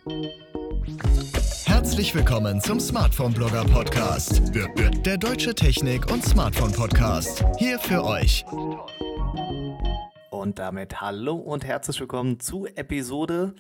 Herzlich willkommen zum Smartphone-Blogger Podcast. Der deutsche Technik- und Smartphone-Podcast. Hier für euch. Und damit hallo und herzlich willkommen zu Episode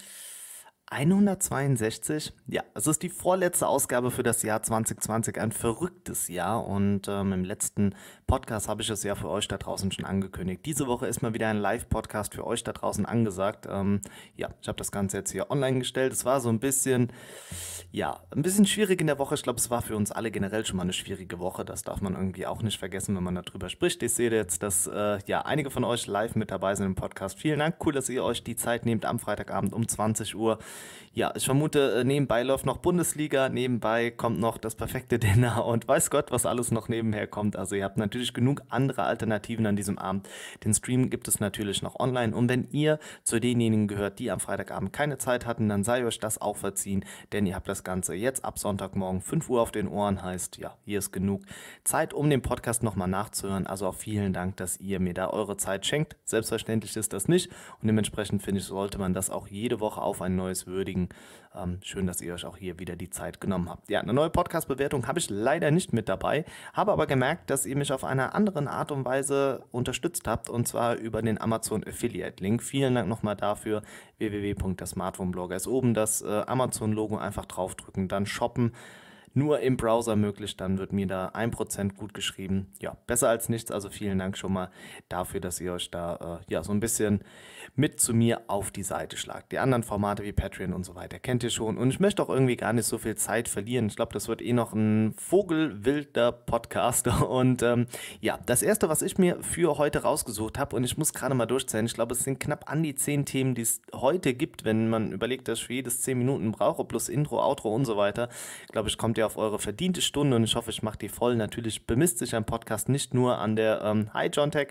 162. Ja, es ist die vorletzte Ausgabe für das Jahr 2020, ein verrücktes Jahr, und im letzten Podcast habe ich es ja für euch da draußen schon angekündigt. Diese Woche ist mal wieder ein Live-Podcast für euch da draußen angesagt. Ja, ich habe das Ganze jetzt hier online gestellt. Es war so ein bisschen schwierig in der Woche. Ich glaube, es war für uns alle generell schon mal eine schwierige Woche. Das darf man irgendwie auch nicht vergessen, wenn man darüber spricht. Ich sehe jetzt, dass einige von euch live mit dabei sind im Podcast. Vielen Dank, cool, dass ihr euch die Zeit nehmt am Freitagabend um 20 Uhr. Ja, ich vermute, nebenbei läuft noch Bundesliga, nebenbei kommt noch das perfekte Dinner und weiß Gott, was alles noch nebenher kommt. Also ihr habt natürlich genug andere Alternativen an diesem Abend. Den Stream gibt es natürlich noch online, und wenn ihr zu denjenigen gehört, die am Freitagabend keine Zeit hatten, dann sei euch das auch verziehen, denn ihr habt das Ganze jetzt ab Sonntagmorgen 5 Uhr auf den Ohren, heißt, ja, hier ist genug Zeit, um den Podcast nochmal nachzuhören. Also auch vielen Dank, dass ihr mir da eure Zeit schenkt. Selbstverständlich ist das nicht, und dementsprechend finde ich, sollte man das auch jede Woche auf ein neues würdigen. Schön, dass ihr euch auch hier wieder die Zeit genommen habt. Ja, eine neue Podcast-Bewertung habe ich leider nicht mit dabei, habe aber gemerkt, dass ihr mich auf einer anderen Art und Weise unterstützt habt, und zwar über den Amazon Affiliate-Link. Vielen Dank nochmal dafür. www.dersmartphoneblogger ist oben, das Amazon-Logo einfach draufdrücken, dann shoppen. Nur im Browser möglich, dann wird mir da 1% gut geschrieben. Ja, besser als nichts, also vielen Dank schon mal dafür, dass ihr euch da so ein bisschen mit zu mir auf die Seite schlagt. Die anderen Formate wie Patreon und so weiter kennt ihr schon, und ich möchte auch irgendwie gar nicht so viel Zeit verlieren. Ich glaube, das wird noch ein vogelwilder Podcast, und das erste, was ich mir für heute rausgesucht habe, und ich muss gerade mal durchzählen, ich glaube, es sind knapp an die 10 Themen, die es heute gibt, wenn man überlegt, dass ich für jedes 10 Minuten brauche, plus Intro, Outro und so weiter. Ich glaube, kommt ihr auf eure verdiente Stunde, und ich hoffe, ich mache die voll. Natürlich bemisst sich ein Podcast nicht nur an der Hi John Tech,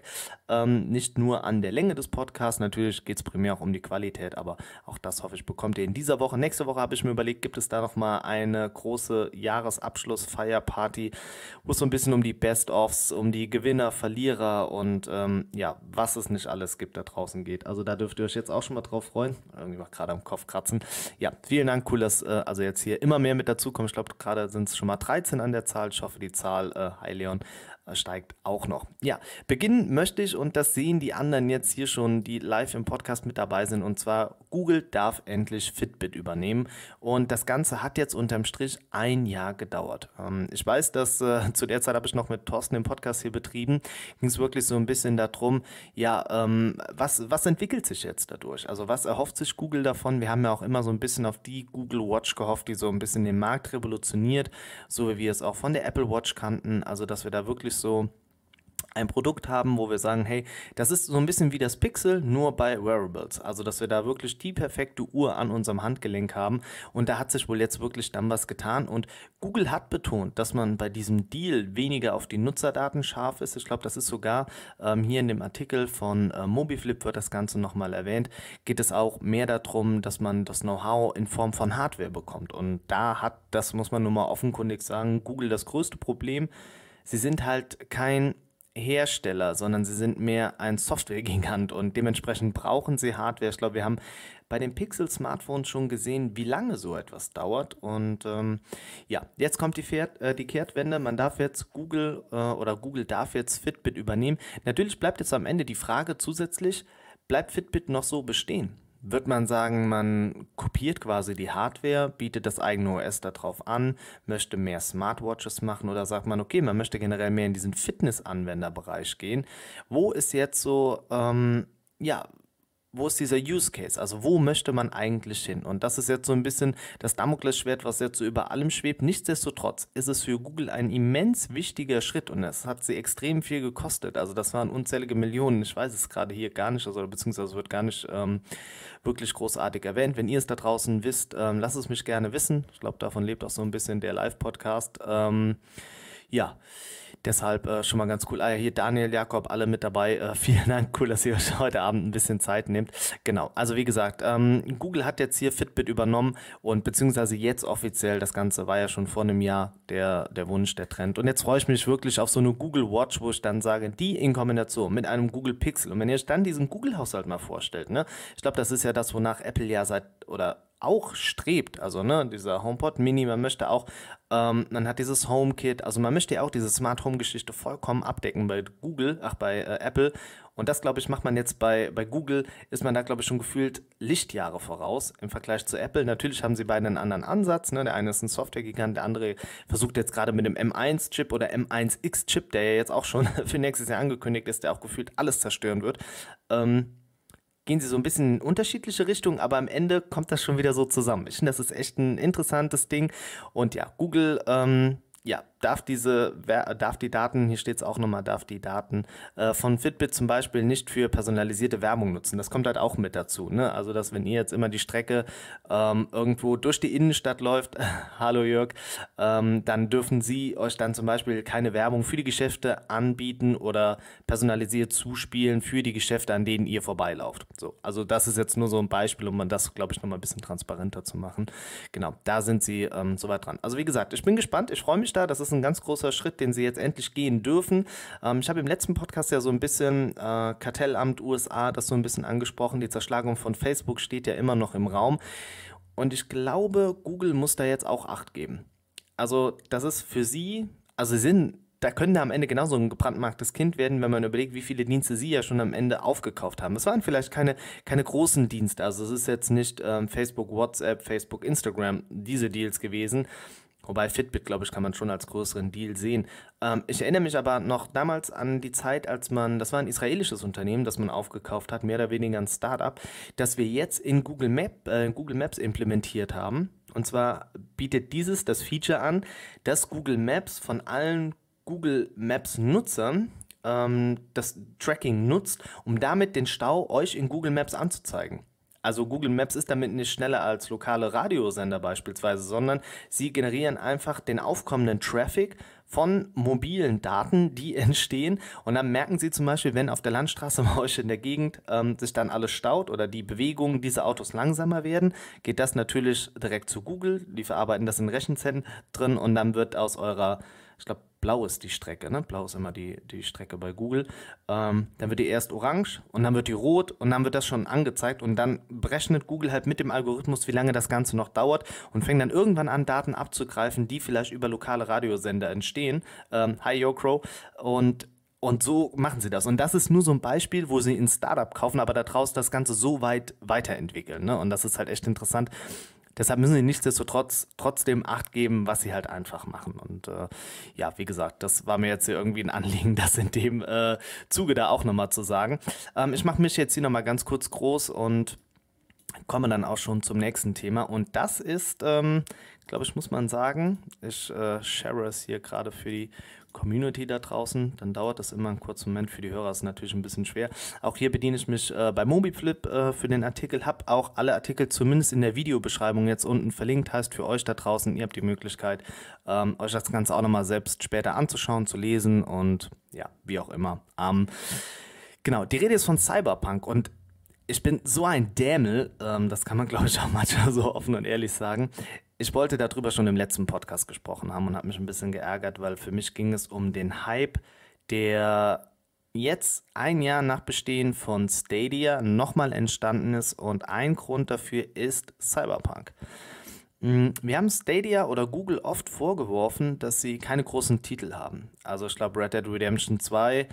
nicht nur an der Länge des Podcasts, natürlich geht es primär auch um die Qualität, aber auch das, hoffe ich, bekommt ihr in dieser Woche. Nächste Woche habe ich mir überlegt, gibt es da nochmal eine große Jahresabschluss-Feierparty, wo es so ein bisschen um die Best-ofs, um die Gewinner, Verlierer und was es nicht alles gibt da draußen geht. Also da dürft ihr euch jetzt auch schon mal drauf freuen. Irgendwie macht gerade am Kopf kratzen. Ja, vielen Dank, cool, dass also jetzt hier immer mehr mit dazu kommt. Ich glaube, gerade sind es schon mal 13 an der Zahl. Ich hoffe, die Zahl, hi Leon, steigt auch noch. Ja, beginnen möchte ich, und das sehen die anderen jetzt hier schon, die live im Podcast mit dabei sind, und zwar Google darf endlich Fitbit übernehmen, und das Ganze hat jetzt unterm Strich ein Jahr gedauert. Ich weiß, dass zu der Zeit habe ich noch mit Thorsten den Podcast hier betrieben, ging es wirklich so ein bisschen darum, was entwickelt sich jetzt dadurch? Also was erhofft sich Google davon? Wir haben ja auch immer so ein bisschen auf die Google Watch gehofft, die so ein bisschen den Markt revolutioniert, so wie wir es auch von der Apple Watch kannten, also dass wir da wirklich so ein Produkt haben, wo wir sagen, hey, das ist so ein bisschen wie das Pixel, nur bei Wearables. Also, dass wir da wirklich die perfekte Uhr an unserem Handgelenk haben, und da hat sich wohl jetzt wirklich dann was getan, und Google hat betont, dass man bei diesem Deal weniger auf die Nutzerdaten scharf ist. Ich glaube, das ist sogar hier in dem Artikel von Mobiflip wird das Ganze nochmal erwähnt, geht es auch mehr darum, dass man das Know-how in Form von Hardware bekommt, und da hat, das muss man nur mal offenkundig sagen, Google das größte Problem. Sie sind halt kein Hersteller, sondern sie sind mehr ein Software-Gigant, und dementsprechend brauchen sie Hardware. Ich glaube, wir haben bei den Pixel-Smartphones schon gesehen, wie lange so etwas dauert, und jetzt kommt die Kehrtwende. Man darf jetzt Google darf jetzt Fitbit übernehmen. Natürlich bleibt jetzt am Ende die Frage zusätzlich, bleibt Fitbit noch so bestehen? Wird man sagen, man kopiert quasi die Hardware, bietet das eigene OS darauf an, möchte mehr Smartwatches machen, oder sagt man, okay, man möchte generell mehr in diesen Fitness-Anwenderbereich gehen? Wo ist jetzt so, wo ist dieser Use Case? Also wo möchte man eigentlich hin? Und das ist jetzt so ein bisschen das Damoklesschwert, was jetzt so über allem schwebt. Nichtsdestotrotz ist es für Google ein immens wichtiger Schritt, und es hat sie extrem viel gekostet. Also das waren unzählige Millionen. Ich weiß es gerade hier gar nicht, beziehungsweise wird gar nicht wirklich großartig erwähnt. Wenn ihr es da draußen wisst, lasst es mich gerne wissen. Ich glaube, davon lebt auch so ein bisschen der Live-Podcast. Deshalb schon mal ganz cool. Hier Daniel, Jakob, alle mit dabei. Vielen Dank, cool, dass ihr euch heute Abend ein bisschen Zeit nehmt. Genau, also wie gesagt, Google hat jetzt hier Fitbit übernommen, und beziehungsweise jetzt offiziell, das Ganze war ja schon vor einem Jahr der Wunsch, der Trend. Und jetzt freue ich mich wirklich auf so eine Google Watch, wo ich dann sage, die in Kombination mit einem Google Pixel. Und wenn ihr euch dann diesen Google-Haushalt mal vorstellt, ne? Ich glaube, das ist ja das, wonach Apple ja auch strebt, also ne, dieser HomePod Mini, man möchte auch, man hat dieses HomeKit, also man möchte ja auch diese Smart Home Geschichte vollkommen abdecken bei bei Apple. Und das, glaube ich, macht man jetzt bei Google, ist man da, glaube ich, schon gefühlt Lichtjahre voraus im Vergleich zu Apple. Natürlich haben sie beide einen anderen Ansatz, ne? Der eine ist ein Software-Gigant, der andere versucht jetzt gerade mit dem M1-Chip oder M1X-Chip, der ja jetzt auch schon für nächstes Jahr angekündigt ist, der auch gefühlt alles zerstören wird, gehen sie so ein bisschen in unterschiedliche Richtungen, aber am Ende kommt das schon wieder so zusammen. Ich finde, das ist echt ein interessantes Ding. Und ja, Google ja, darf die Daten, hier steht es auch nochmal, darf die Daten von Fitbit zum Beispiel nicht für personalisierte Werbung nutzen. Das kommt halt auch mit dazu, ne? Also, dass wenn ihr jetzt immer die Strecke irgendwo durch die Innenstadt läuft, hallo Jörg, dann dürfen sie euch dann zum Beispiel keine Werbung für die Geschäfte anbieten oder personalisiert zuspielen für die Geschäfte, an denen ihr vorbeilauft. So, also das ist jetzt nur so ein Beispiel, um man das, glaube ich, nochmal ein bisschen transparenter zu machen. Genau, da sind sie soweit dran. Also wie gesagt, ich bin gespannt, ich freue mich da, das ist ein ganz großer Schritt, den sie jetzt endlich gehen dürfen. Ich habe im letzten Podcast ja so ein bisschen Kartellamt USA, das so ein bisschen angesprochen. Die Zerschlagung von Facebook steht ja immer noch im Raum. Und ich glaube, Google muss da jetzt auch Acht geben. Also das ist für sie, da können da am Ende genauso ein gebrandmarktes Kind werden, wenn man überlegt, wie viele Dienste sie ja schon am Ende aufgekauft haben. Es waren vielleicht keine großen Dienste, also es ist jetzt nicht Facebook, WhatsApp, Facebook, Instagram, diese Deals gewesen. Wobei Fitbit, glaube ich, kann man schon als größeren Deal sehen. Ich erinnere mich aber noch damals an die Zeit, das war ein israelisches Unternehmen, das man aufgekauft hat, mehr oder weniger ein Startup, das wir jetzt in Google Maps implementiert haben. Und zwar bietet dieses das Feature an, dass Google Maps von allen Google Maps Nutzern das Tracking nutzt, um damit den Stau euch in Google Maps anzuzeigen. Also Google Maps ist damit nicht schneller als lokale Radiosender beispielsweise, sondern sie generieren einfach den aufkommenden Traffic von mobilen Daten, die entstehen. Und dann merken sie zum Beispiel, wenn auf der Landstraße bei euch in der Gegend sich dann alles staut oder die Bewegungen dieser Autos langsamer werden, geht das natürlich direkt zu Google. Die verarbeiten das in Rechenzentren und dann wird aus eurer, ich glaube, blau ist die Strecke, ne? Blau ist immer die Strecke bei Google. Dann wird die erst orange und dann wird die rot und dann wird das schon angezeigt und dann berechnet Google halt mit dem Algorithmus, wie lange das Ganze noch dauert und fängt dann irgendwann an, Daten abzugreifen, die vielleicht über lokale Radiosender entstehen. Hi, YoCrow. Und so machen sie das. Und das ist nur so ein Beispiel, wo sie ein Startup kaufen, aber daraus das Ganze so weit weiterentwickeln. Ne? Und das ist halt echt interessant. Deshalb müssen sie nichtsdestotrotz trotzdem Acht geben, was sie halt einfach machen. Und ja, wie gesagt, das war mir jetzt hier irgendwie ein Anliegen, das in dem Zuge da auch nochmal zu sagen. Ich mache mich jetzt hier nochmal ganz kurz groß und komme dann auch schon zum nächsten Thema. Und das ist, glaube ich, muss man sagen, ich share es hier gerade für die Community da draußen, dann dauert das immer einen kurzen Moment, für die Hörer ist es natürlich ein bisschen schwer. Auch hier bediene ich mich bei MobiFlip für den Artikel, habe auch alle Artikel zumindest in der Videobeschreibung jetzt unten verlinkt, heißt für euch da draußen, ihr habt die Möglichkeit, euch das Ganze auch nochmal selbst später anzuschauen, zu lesen und ja, wie auch immer. Genau, die Rede ist von Cyberpunk und ich bin so ein Dämel, das kann man glaube ich auch manchmal so offen und ehrlich sagen. Ich wollte darüber schon im letzten Podcast gesprochen haben und habe mich ein bisschen geärgert, weil für mich ging es um den Hype, der jetzt ein Jahr nach Bestehen von Stadia nochmal entstanden ist und ein Grund dafür ist Cyberpunk. Wir haben Stadia oder Google oft vorgeworfen, dass sie keine großen Titel haben. Also ich glaube Red Dead Redemption 2,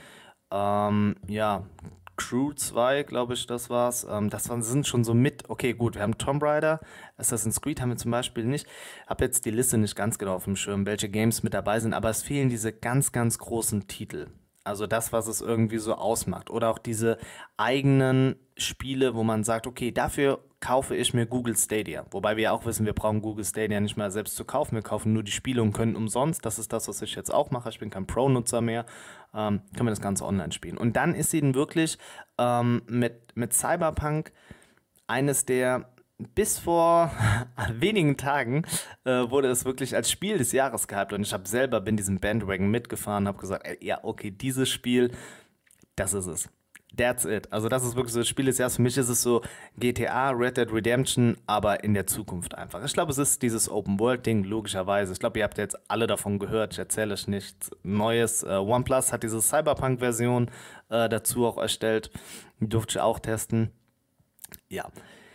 ja, Crew 2, glaube ich, das war's. Sind schon so mit, okay, gut, wir haben Tomb Raider, Assassin's Creed haben wir zum Beispiel nicht. Habe jetzt die Liste nicht ganz genau auf dem Schirm, welche Games mit dabei sind, aber es fehlen diese ganz, ganz großen Titel. Also das, was es irgendwie so ausmacht. Oder auch diese eigenen Spiele, wo man sagt, okay, dafür kaufe ich mir Google Stadia. Wobei wir auch wissen, wir brauchen Google Stadia nicht mal selbst zu kaufen. Wir kaufen nur die Spiele und können umsonst. Das ist das, was ich jetzt auch mache. Ich bin kein Pro-Nutzer mehr. Können wir das Ganze online spielen. Und dann ist ihnen wirklich mit Cyberpunk eines der, bis vor wenigen Tagen wurde es wirklich als Spiel des Jahres gehypt. Und ich bin diesen Bandwagon mitgefahren, habe gesagt, ey, ja, okay, dieses Spiel, das ist es. That's it. Also das ist wirklich so das Spiel des Jahres. Für mich ist es so GTA, Red Dead Redemption, aber in der Zukunft einfach. Ich glaube, es ist dieses Open-World-Ding, logischerweise. Ich glaube, ihr habt jetzt alle davon gehört. Ich erzähle euch nichts Neues. OnePlus hat diese Cyberpunk-Version dazu auch erstellt. Die durfte ich auch testen. Ja.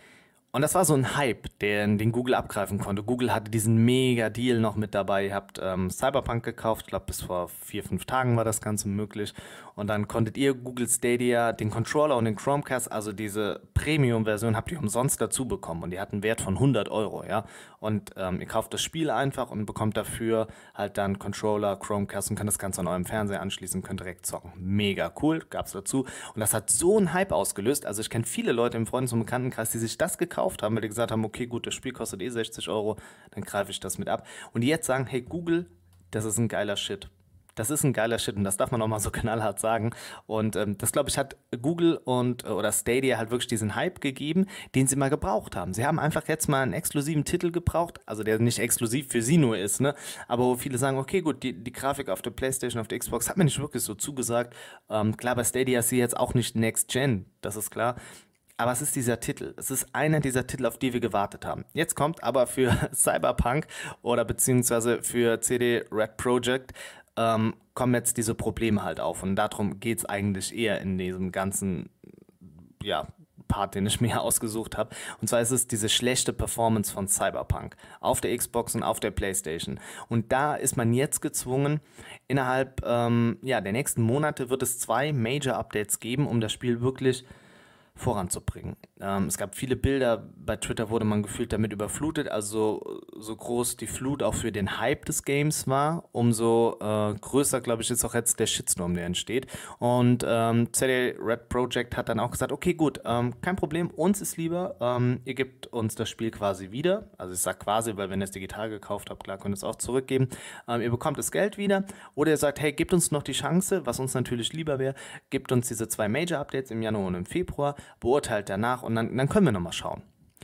Und das war so ein Hype, den Google abgreifen konnte. Google hatte diesen Mega-Deal noch mit dabei. Ihr habt Cyberpunk gekauft, ich glaube bis vor 4, 5 Tagen war das Ganze möglich. Und dann konntet ihr Google Stadia, den Controller und den Chromecast, also diese Premium-Version, habt ihr umsonst dazu bekommen. Und die hat einen Wert von 100 Euro, ja. Und ihr kauft das Spiel einfach und bekommt dafür halt dann Controller, Chromecast und könnt das Ganze an eurem Fernseher anschließen, könnt direkt zocken. Mega cool, gab's dazu. Und das hat so einen Hype ausgelöst. Also ich kenne viele Leute im Freundes- und Bekanntenkreis, die sich das gekauft haben, weil die gesagt haben, okay, gut, das Spiel kostet 60 Euro, dann greife ich das mit ab. Und die jetzt sagen, hey Google, das ist ein geiler Shit. Das ist ein geiler Shit und das darf man auch mal so knallhart sagen. Und das, glaube ich, hat Google oder Stadia halt wirklich diesen Hype gegeben, den sie mal gebraucht haben. Sie haben einfach jetzt mal einen exklusiven Titel gebraucht, also der nicht exklusiv für sie nur ist, ne? Aber wo viele sagen, okay, gut, die Grafik auf der PlayStation, auf der Xbox hat mir nicht wirklich so zugesagt. Klar, bei Stadia ist sie jetzt auch nicht Next Gen, das ist klar. Aber es ist dieser Titel. Es ist einer dieser Titel, auf die wir gewartet haben. Jetzt kommt aber für Cyberpunk oder beziehungsweise für CD Red Project kommen jetzt diese Probleme halt auf. Und darum geht es eigentlich eher in diesem ganzen, ja, Part, den ich mir ausgesucht habe. Und zwar ist es diese schlechte Performance von Cyberpunk auf der Xbox und auf der PlayStation. Und da ist man jetzt gezwungen, innerhalb der nächsten Monate wird es 2 Major-Updates geben, um das Spiel wirklich voranzubringen. Es gab viele Bilder, bei Twitter wurde man gefühlt damit überflutet, also so groß die Flut auch für den Hype des Games war, umso größer, glaube ich, ist auch jetzt der Shitstorm, der entsteht. Und CD Red Project hat dann auch gesagt, okay, gut, kein Problem, uns ist lieber, ihr gebt uns das Spiel quasi wieder, also ich sage quasi, weil wenn ihr es digital gekauft habt, klar, könnt ihr es auch zurückgeben, ihr bekommt das Geld wieder, oder ihr sagt, hey, gebt uns noch die Chance, was uns natürlich lieber wäre, gebt uns diese 2 Major-Updates im Januar und im Februar, beurteilt danach und dann können wir nochmal schauen.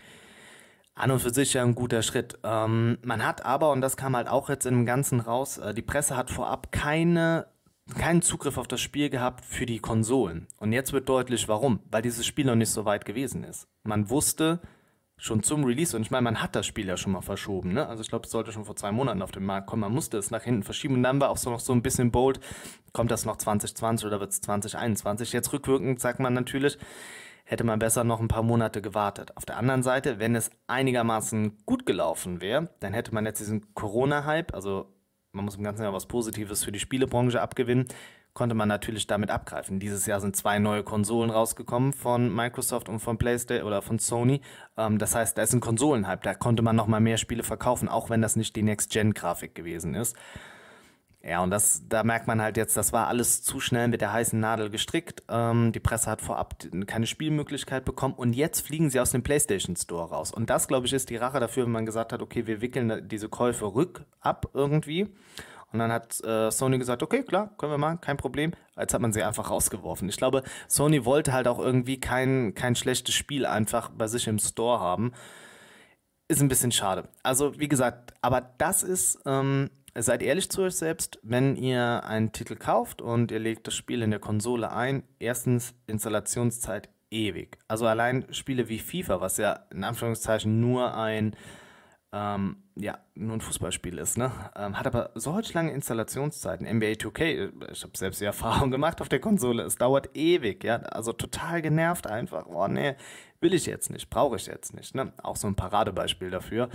An und für sich ja ein guter Schritt. Man hat aber, und das kam halt auch jetzt in dem Ganzen raus, die Presse hat vorab keinen Zugriff auf das Spiel gehabt für die Konsolen. Und jetzt wird deutlich, warum. Weil dieses Spiel noch nicht so weit gewesen ist. Man wusste schon zum Release, und ich meine, man hat das Spiel ja schon mal verschoben, ne? Also ich glaube, es sollte schon vor 2 Monaten auf den Markt kommen. Man musste es nach hinten verschieben und dann war auch so noch so ein bisschen bold, kommt das noch 2020 oder wird es 2021? Jetzt rückwirkend sagt man natürlich, hätte man besser noch ein paar Monate gewartet. Auf der anderen Seite, wenn es einigermaßen gut gelaufen wäre, dann hätte man jetzt diesen Corona-Hype, also man muss im Ganzen Jahr was Positives für die Spielebranche abgewinnen, konnte man natürlich damit abgreifen. Dieses Jahr sind 2 neue Konsolen rausgekommen von Microsoft und von PlayStation oder von Sony. Das heißt, da ist ein Konsolenhype, da konnte man noch mal mehr Spiele verkaufen, auch wenn das nicht die Next-Gen-Grafik gewesen ist. Ja, und da merkt man halt jetzt, das war alles zu schnell mit der heißen Nadel gestrickt. Die Presse hat vorab keine Spielmöglichkeit bekommen und jetzt fliegen sie aus dem PlayStation Store raus. Und das, glaube ich, ist die Rache dafür, wenn man gesagt hat, okay, wir wickeln diese Käufe ab irgendwie. Und dann hat Sony gesagt, okay, klar, können wir machen, kein Problem. Jetzt hat man sie einfach rausgeworfen. Ich glaube, Sony wollte halt auch irgendwie kein schlechtes Spiel einfach bei sich im Store haben. Ist ein bisschen schade. Also, wie gesagt, aber das ist... Seid ehrlich zu euch selbst, wenn ihr einen Titel kauft und ihr legt das Spiel in der Konsole ein, erstens Installationszeit ewig. Also allein Spiele wie FIFA, was ja in Anführungszeichen nur ein Fußballspiel ist, ne? Hat aber solch lange Installationszeiten. NBA 2K, ich habe selbst die Erfahrung gemacht auf der Konsole, es dauert ewig, ja, also total genervt einfach. Oh nee, will ich jetzt nicht, brauche ich jetzt nicht, ne? Auch so ein Paradebeispiel dafür.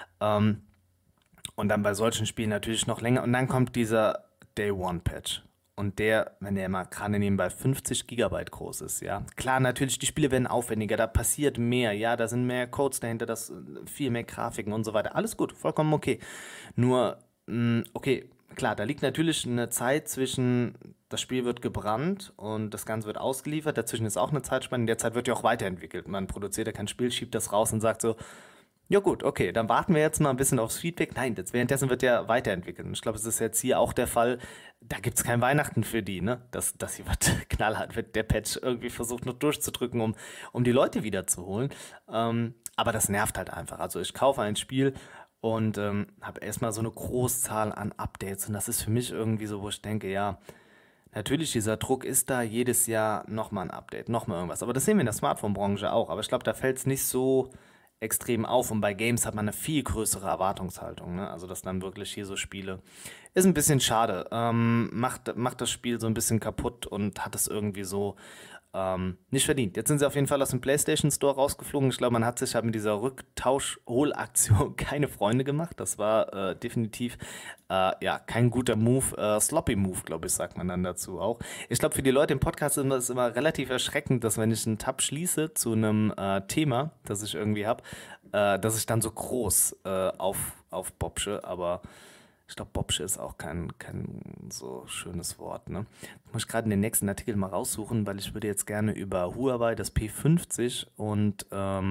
Und dann bei solchen Spielen natürlich noch länger. Und dann kommt dieser Day-One-Patch. Und wenn der mal gerade nebenbei 50 Gigabyte groß ist, ja. Klar, natürlich, die Spiele werden aufwendiger, da passiert mehr, ja, da sind mehr Codes dahinter, viel mehr Grafiken und so weiter. Alles gut, vollkommen okay. Nur, okay, klar, da liegt natürlich eine Zeit zwischen, das Spiel wird gebrannt und das Ganze wird ausgeliefert. Dazwischen ist auch eine Zeitspanne, in der Zeit wird ja auch weiterentwickelt. Man produziert ja kein Spiel, schiebt das raus und sagt so, ja gut, okay, dann warten wir jetzt mal ein bisschen aufs Feedback. Nein, währenddessen wird ja weiterentwickelt. Und ich glaube, es ist jetzt hier auch der Fall, da gibt es kein Weihnachten für die, ne? Das hier wird knallhart, wird der Patch irgendwie versucht noch durchzudrücken, um die Leute wiederzuholen. Aber das nervt halt einfach. Also ich kaufe ein Spiel und habe erstmal so eine Großzahl an Updates. Und das ist für mich irgendwie so, wo ich denke, ja, natürlich, dieser Druck ist da, jedes Jahr nochmal ein Update, nochmal irgendwas. Aber das sehen wir in der Smartphone-Branche auch. Aber ich glaube, da fällt es nicht so extrem auf und bei Games hat man eine viel größere Erwartungshaltung, ne? Also dass dann wirklich hier so Spiele, ist ein bisschen schade, macht das Spiel so ein bisschen kaputt und hat es irgendwie so nicht verdient. Jetzt sind sie auf jeden Fall aus dem PlayStation Store rausgeflogen. Ich glaube, man hat sich halt mit dieser Rücktausch-Hol-Aktion keine Freunde gemacht. Das war definitiv kein guter Move. Sloppy Move, glaube ich, sagt man dann dazu auch. Ich glaube, für die Leute im Podcast ist es immer relativ erschreckend, dass wenn ich einen Tab schließe zu einem Thema, das ich irgendwie habe, dass ich dann so groß aufbopsche, aber ich glaube, Bobsche ist auch kein so schönes Wort, ne? Ich muss gerade den nächsten Artikel mal raussuchen, weil ich würde jetzt gerne über Huawei, das P50 und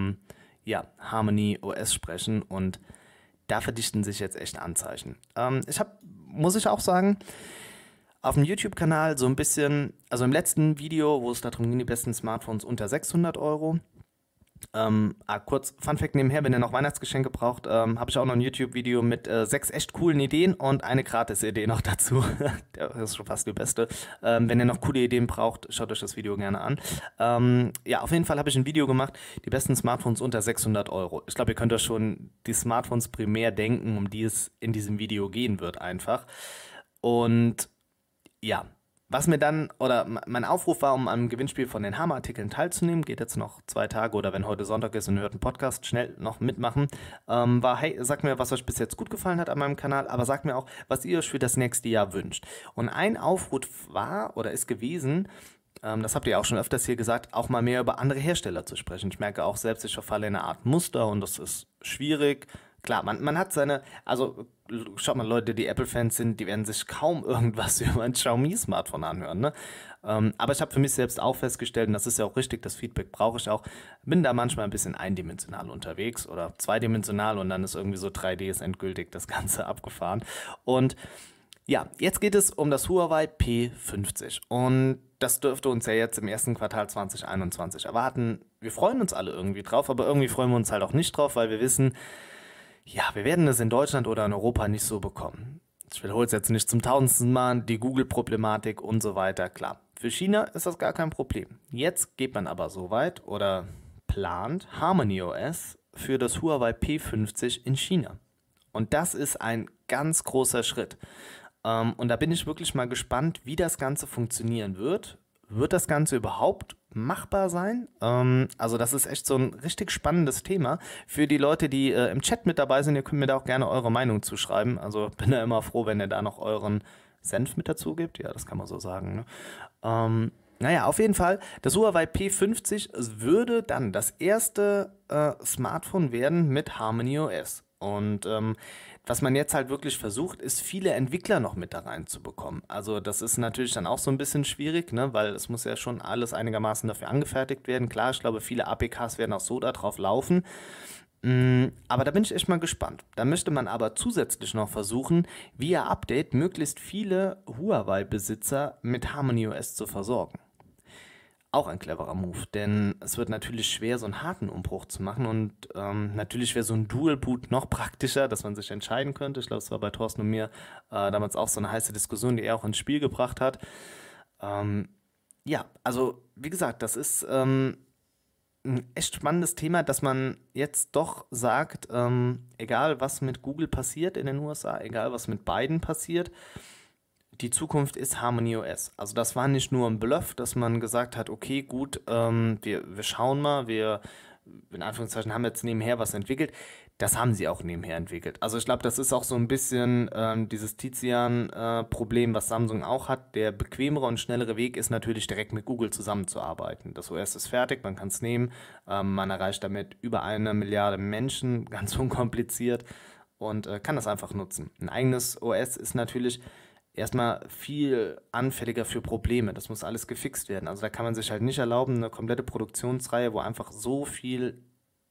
Harmony OS sprechen und da verdichten sich jetzt echt Anzeichen. Muss ich auch sagen, auf dem YouTube-Kanal so ein bisschen, also im letzten Video, wo es darum ging, die besten Smartphones unter 600 Euro. Kurz Funfact nebenher, wenn ihr noch Weihnachtsgeschenke braucht, habe ich auch noch ein YouTube-Video mit 6 echt coolen Ideen und eine Gratis-Idee noch dazu. Das ist schon fast die beste. Wenn ihr noch coole Ideen braucht, schaut euch das Video gerne an. Auf jeden Fall habe ich ein Video gemacht, die besten Smartphones unter 600 Euro. Ich glaube, ihr könnt euch schon die Smartphones primär denken, um die es in diesem Video gehen wird einfach. Und ja, was mir dann, oder mein Aufruf war, um am Gewinnspiel von den Hammer-Artikeln teilzunehmen, geht jetzt noch 2 Tage oder wenn heute Sonntag ist und ihr hört einen Podcast, schnell noch mitmachen, war, hey, sagt mir, was euch bis jetzt gut gefallen hat an meinem Kanal, aber sagt mir auch, was ihr euch für das nächste Jahr wünscht. Und ein Aufruf war oder ist gewesen, das habt ihr auch schon öfters hier gesagt, auch mal mehr über andere Hersteller zu sprechen. Ich merke auch selbst, ich verfalle in eine Art Muster und das ist schwierig. Klar, man hat also schaut mal, Leute, die Apple-Fans sind, die werden sich kaum irgendwas über ein Xiaomi-Smartphone anhören, ne? Aber ich habe für mich selbst auch festgestellt, und das ist ja auch richtig, das Feedback brauche ich auch, bin da manchmal ein bisschen eindimensional unterwegs oder zweidimensional und dann ist irgendwie so 3D ist endgültig das Ganze abgefahren. Und ja, jetzt geht es um das Huawei P50 und das dürfte uns ja jetzt im ersten Quartal 2021 erwarten. Wir freuen uns alle irgendwie drauf, aber irgendwie freuen wir uns halt auch nicht drauf, weil wir wissen, ja, wir werden es in Deutschland oder in Europa nicht so bekommen. Ich wiederhole es jetzt nicht zum 1000. Mal, die Google-Problematik und so weiter, klar. Für China ist das gar kein Problem. Jetzt geht man aber so weit oder plant Harmony OS für das Huawei P50 in China. Und das ist ein ganz großer Schritt. Und da bin ich wirklich mal gespannt, wie das Ganze funktionieren wird. Wird das Ganze überhaupt machbar sein? Also das ist echt so ein richtig spannendes Thema. Für die Leute, die im Chat mit dabei sind, ihr könnt mir da auch gerne eure Meinung zuschreiben. Also bin da immer froh, wenn ihr da noch euren Senf mit dazu gibt. Ja, das kann man so sagen, ne? Auf jeden Fall, das Huawei P50 würde dann das erste Smartphone werden mit Harmony OS. Und was man jetzt halt wirklich versucht, ist, viele Entwickler noch mit da reinzubekommen. Also das ist natürlich dann auch so ein bisschen schwierig, ne? Weil es muss ja schon alles einigermaßen dafür angefertigt werden. Klar, ich glaube, viele APKs werden auch so da drauf laufen. Aber da bin ich echt mal gespannt. Da möchte man aber zusätzlich noch versuchen, via Update möglichst viele Huawei-Besitzer mit Harmony OS zu versorgen. Auch ein cleverer Move, denn es wird natürlich schwer, so einen harten Umbruch zu machen und natürlich wäre so ein Dual-Boot noch praktischer, dass man sich entscheiden könnte. Ich glaube, es war bei Thorsten und mir damals auch so eine heiße Diskussion, die er auch ins Spiel gebracht hat. Also wie gesagt, das ist ein echt spannendes Thema, dass man jetzt doch sagt, egal was mit Google passiert in den USA, egal was mit beiden passiert, die Zukunft ist Harmony OS. Also das war nicht nur ein Bluff, dass man gesagt hat, okay, gut, wir schauen mal, wir in Anführungszeichen haben jetzt nebenher was entwickelt. Das haben sie auch nebenher entwickelt. Also ich glaube, das ist auch so ein bisschen dieses Tizian-Problem, was Samsung auch hat. Der bequemere und schnellere Weg ist natürlich direkt mit Google zusammenzuarbeiten. Das OS ist fertig, man kann es nehmen, man erreicht damit über 1 Milliarde Menschen, ganz unkompliziert und kann das einfach nutzen. Ein eigenes OS ist natürlich erstmal viel anfälliger für Probleme. Das muss alles gefixt werden. Also da kann man sich halt nicht erlauben, eine komplette Produktionsreihe, wo einfach so viel,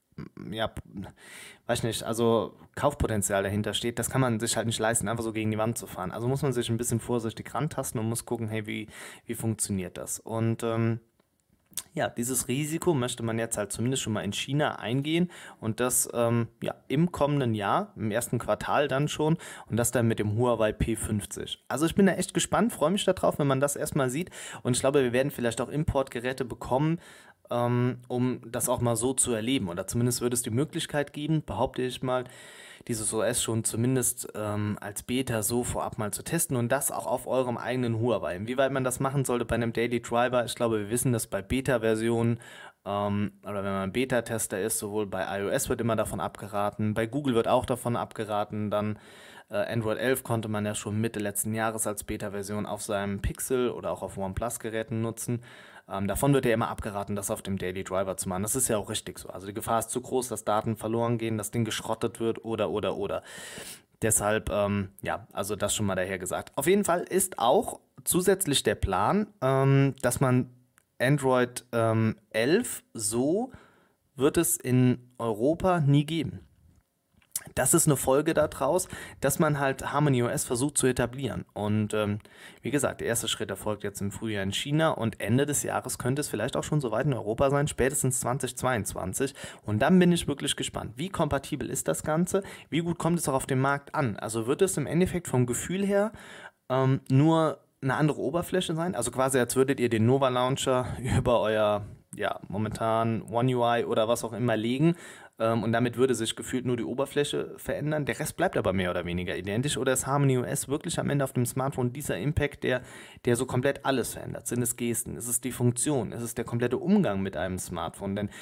weiß nicht, also Kaufpotenzial dahinter steht, das kann man sich halt nicht leisten, einfach so gegen die Wand zu fahren. Also muss man sich ein bisschen vorsichtig rantasten und muss gucken, hey, wie funktioniert das? Und dieses Risiko möchte man jetzt halt zumindest schon mal in China eingehen und das im kommenden Jahr, im ersten Quartal dann schon und das dann mit dem Huawei P50. Also ich bin da echt gespannt, freue mich darauf, wenn man das erstmal sieht und ich glaube, wir werden vielleicht auch Importgeräte bekommen, um das auch mal so zu erleben. Oder zumindest würde es die Möglichkeit geben, behaupte ich mal, dieses OS schon zumindest als Beta so vorab mal zu testen und das auch auf eurem eigenen Huawei. Inwieweit man das machen sollte bei einem Daily Driver, ich glaube, wir wissen das bei Beta-Versionen oder wenn man Beta-Tester ist, sowohl bei iOS wird immer davon abgeraten, bei Google wird auch davon abgeraten, dann Android 11 konnte man ja schon Mitte letzten Jahres als Beta-Version auf seinem Pixel oder auch auf OnePlus-Geräten nutzen. Davon wird ja immer abgeraten, das auf dem Daily Driver zu machen. Das ist ja auch richtig so. Also die Gefahr ist zu groß, dass Daten verloren gehen, das Ding geschrottet wird oder. Deshalb, ja, also das schon mal daher gesagt. Auf jeden Fall ist auch zusätzlich der Plan, dass man Android 11 so wird es in Europa nie geben. Das ist eine Folge daraus, dass man halt HarmonyOS versucht zu etablieren. Und wie gesagt, der erste Schritt erfolgt jetzt im Frühjahr in China und Ende des Jahres könnte es vielleicht auch schon so weit in Europa sein, spätestens 2022. Und dann bin ich wirklich gespannt, wie kompatibel ist das Ganze, wie gut kommt es auch auf den Markt an. Also wird es im Endeffekt vom Gefühl her nur eine andere Oberfläche sein, also quasi als würdet ihr den Nova Launcher über euer, ja, momentan One UI oder was auch immer legen und damit würde sich gefühlt nur die Oberfläche verändern, der Rest bleibt aber mehr oder weniger identisch oder ist HarmonyOS wirklich am Ende auf dem Smartphone dieser Impact, der so komplett alles verändert? Sind es Gesten, ist es die Funktion, ist es der komplette Umgang mit einem Smartphone? Denn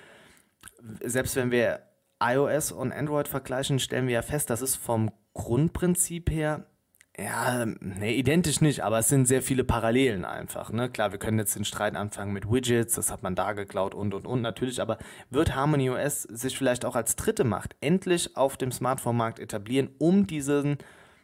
selbst wenn wir iOS und Android vergleichen, stellen wir ja fest, das ist vom Grundprinzip her ja, ne, identisch nicht, aber es sind sehr viele Parallelen einfach, ne? Klar, wir können jetzt den Streit anfangen mit Widgets, das hat man da geklaut und natürlich, aber wird HarmonyOS sich vielleicht auch als dritte Macht endlich auf dem Smartphone-Markt etablieren, um diesen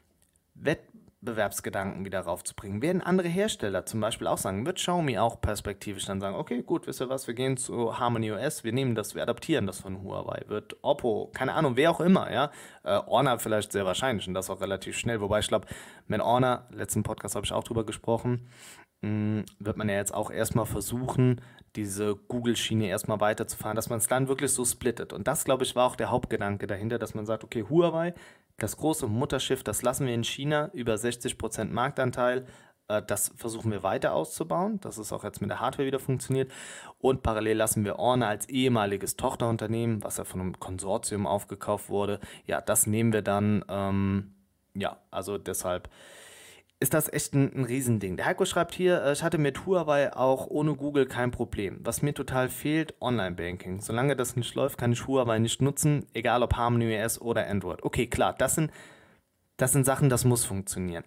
Wettbewerbsgedanken wieder raufzubringen? Werden andere Hersteller zum Beispiel auch sagen, wird Xiaomi auch perspektivisch dann sagen, okay, gut, wisst ihr was, wir gehen zu HarmonyOS, wir nehmen das, wir adaptieren das von Huawei, wird Oppo, keine Ahnung, wer auch immer, ja, Honor vielleicht sehr wahrscheinlich und das auch relativ schnell, wobei ich glaube, mit Honor, letzten Podcast habe ich auch drüber gesprochen, wird man ja jetzt auch erstmal versuchen, diese Google-Schiene erstmal weiterzufahren, dass man es dann wirklich so splittet. Und das, glaube ich, war auch der Hauptgedanke dahinter, dass man sagt, okay, Huawei, das große Mutterschiff, das lassen wir in China, über 60% Marktanteil, das versuchen wir weiter auszubauen, dass es auch jetzt mit der Hardware wieder funktioniert. Und parallel lassen wir Honor als ehemaliges Tochterunternehmen, was ja von einem Konsortium aufgekauft wurde, ja, das nehmen wir dann, ja, also deshalb ist das echt ein Riesending. Der Heiko schreibt hier, ich hatte mit Huawei auch ohne Google kein Problem. Was mir total fehlt, Online-Banking. Solange das nicht läuft, kann ich Huawei nicht nutzen, egal ob HarmonyOS oder Android. Okay, klar, das sind Sachen, das muss funktionieren.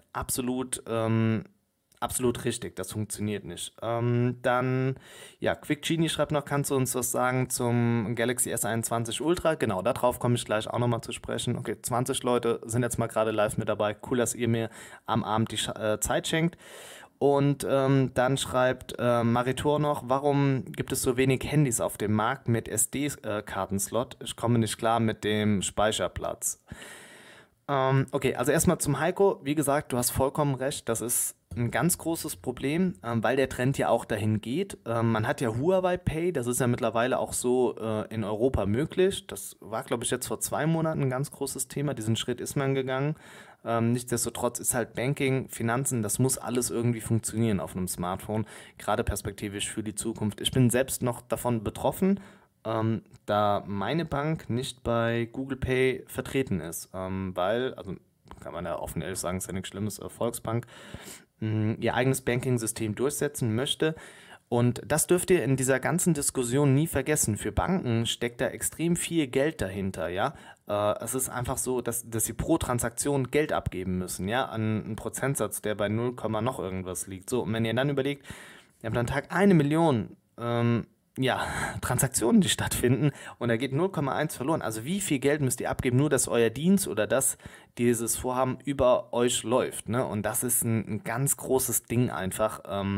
Absolut richtig, das funktioniert nicht. Dann, ja, Quick Genie schreibt noch, kannst du uns was sagen zum Galaxy S21 Ultra? Genau, darauf komme ich gleich auch nochmal zu sprechen. Okay, 20 Leute sind jetzt mal gerade live mit dabei. Cool, dass ihr mir am Abend die Zeit schenkt. Und dann schreibt Maritor noch, warum gibt es so wenig Handys auf dem Markt mit SD-Kartenslot? Ich komme nicht klar mit dem Speicherplatz. Okay, also erstmal zum Heiko. Wie gesagt, du hast vollkommen recht. Das ist ein ganz großes Problem, weil der Trend ja auch dahin geht. Man hat ja Huawei Pay, das ist ja mittlerweile auch so in Europa möglich. Das war, glaube ich, jetzt vor 2 Monaten ein ganz großes Thema. Diesen Schritt ist man gegangen. Nichtsdestotrotz ist halt Banking, Finanzen, das muss alles irgendwie funktionieren auf einem Smartphone, gerade perspektivisch für die Zukunft. Ich bin selbst noch davon betroffen, da meine Bank nicht bei Google Pay vertreten ist, weil, also kann man ja offen ehrlich sagen, ist ja nichts Schlimmes, Volksbank ihr eigenes Banking-System durchsetzen möchte. Und das dürft ihr in dieser ganzen Diskussion nie vergessen. Für Banken steckt da extrem viel Geld dahinter, ja. Es ist einfach so, dass sie pro Transaktion Geld abgeben müssen, ja, an einen Prozentsatz, der bei 0, noch irgendwas liegt. So, und wenn ihr dann überlegt, ihr habt am Tag 1 Million ja, Transaktionen, die stattfinden und da geht 0,1 verloren. Also wie viel Geld müsst ihr abgeben, nur dass euer Dienst oder dass dieses Vorhaben über euch läuft, ne? Und das ist ein ganz großes Ding einfach.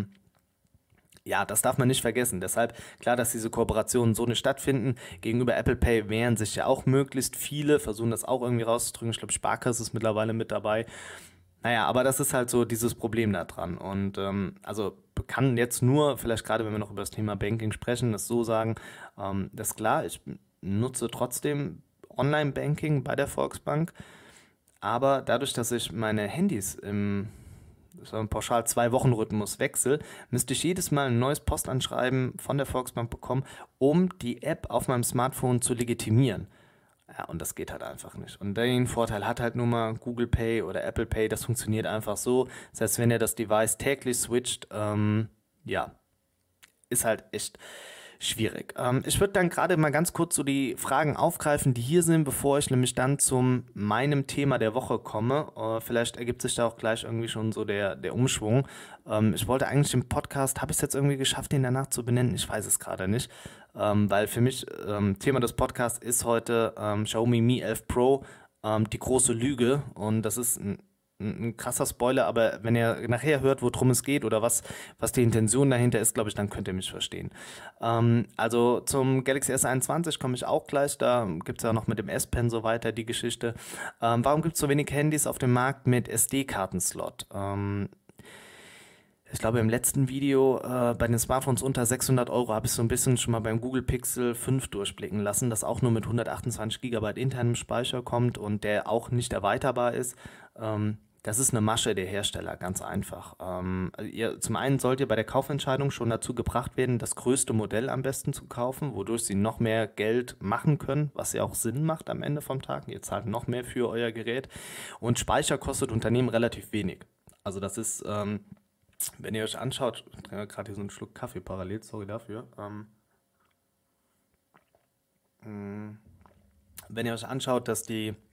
Ja, das darf man nicht vergessen. Deshalb, klar, dass diese Kooperationen so nicht stattfinden. Gegenüber Apple Pay wehren sich ja auch möglichst viele, versuchen das auch irgendwie rauszudrücken. Ich glaube, Sparkasse ist mittlerweile mit dabei. Naja, aber das ist halt so dieses Problem da dran. Und also kann jetzt nur, vielleicht gerade wenn wir noch über das Thema Banking sprechen, das so sagen, das ist klar, ich nutze trotzdem Online-Banking bei der Volksbank, aber dadurch, dass ich meine Handys so ein pauschal 2-Wochen-Rhythmus wechsle, müsste ich jedes Mal ein neues Postanschreiben von der Volksbank bekommen, um die App auf meinem Smartphone zu legitimieren. Ja, und das geht halt einfach nicht. Und den Vorteil hat halt nun mal Google Pay oder Apple Pay, das funktioniert einfach so. Das heißt, wenn ihr das Device täglich switcht, ja, ist halt echt schwierig. Ich würde dann gerade mal ganz kurz so die Fragen aufgreifen, die hier sind, bevor ich nämlich dann zu meinem Thema der Woche komme. Vielleicht ergibt sich da auch gleich irgendwie schon so der Umschwung. Ich wollte eigentlich im Podcast, habe ich es jetzt irgendwie geschafft, den danach zu benennen? Ich weiß es gerade nicht. Weil für mich Thema des Podcasts ist heute Xiaomi Mi 11 Pro, die große Lüge. Und das ist ein krasser Spoiler, aber wenn ihr nachher hört, worum es geht oder was die Intention dahinter ist, glaube ich, dann könnt ihr mich verstehen. Also zum Galaxy S21 komme ich auch gleich, da gibt es ja noch mit dem S-Pen so weiter die Geschichte. Warum gibt es so wenig Handys auf dem Markt mit SD-Kartenslot? Ich glaube, im letzten Video bei den Smartphones unter 600 Euro habe ich so ein bisschen schon mal beim Google Pixel 5 durchblicken lassen, das auch nur mit 128 GB internem Speicher kommt und der auch nicht erweiterbar ist. Das ist eine Masche der Hersteller, ganz einfach. Zum einen sollt ihr bei der Kaufentscheidung schon dazu gebracht werden, das größte Modell am besten zu kaufen, wodurch sie noch mehr Geld machen können, was ja auch Sinn macht am Ende vom Tag. Ihr zahlt noch mehr für euer Gerät und Speicher kostet Unternehmen relativ wenig. Also das ist, wenn ihr euch anschaut, ich trinke gerade hier so einen Schluck Kaffee parallel, sorry dafür. Wenn ihr euch anschaut, dass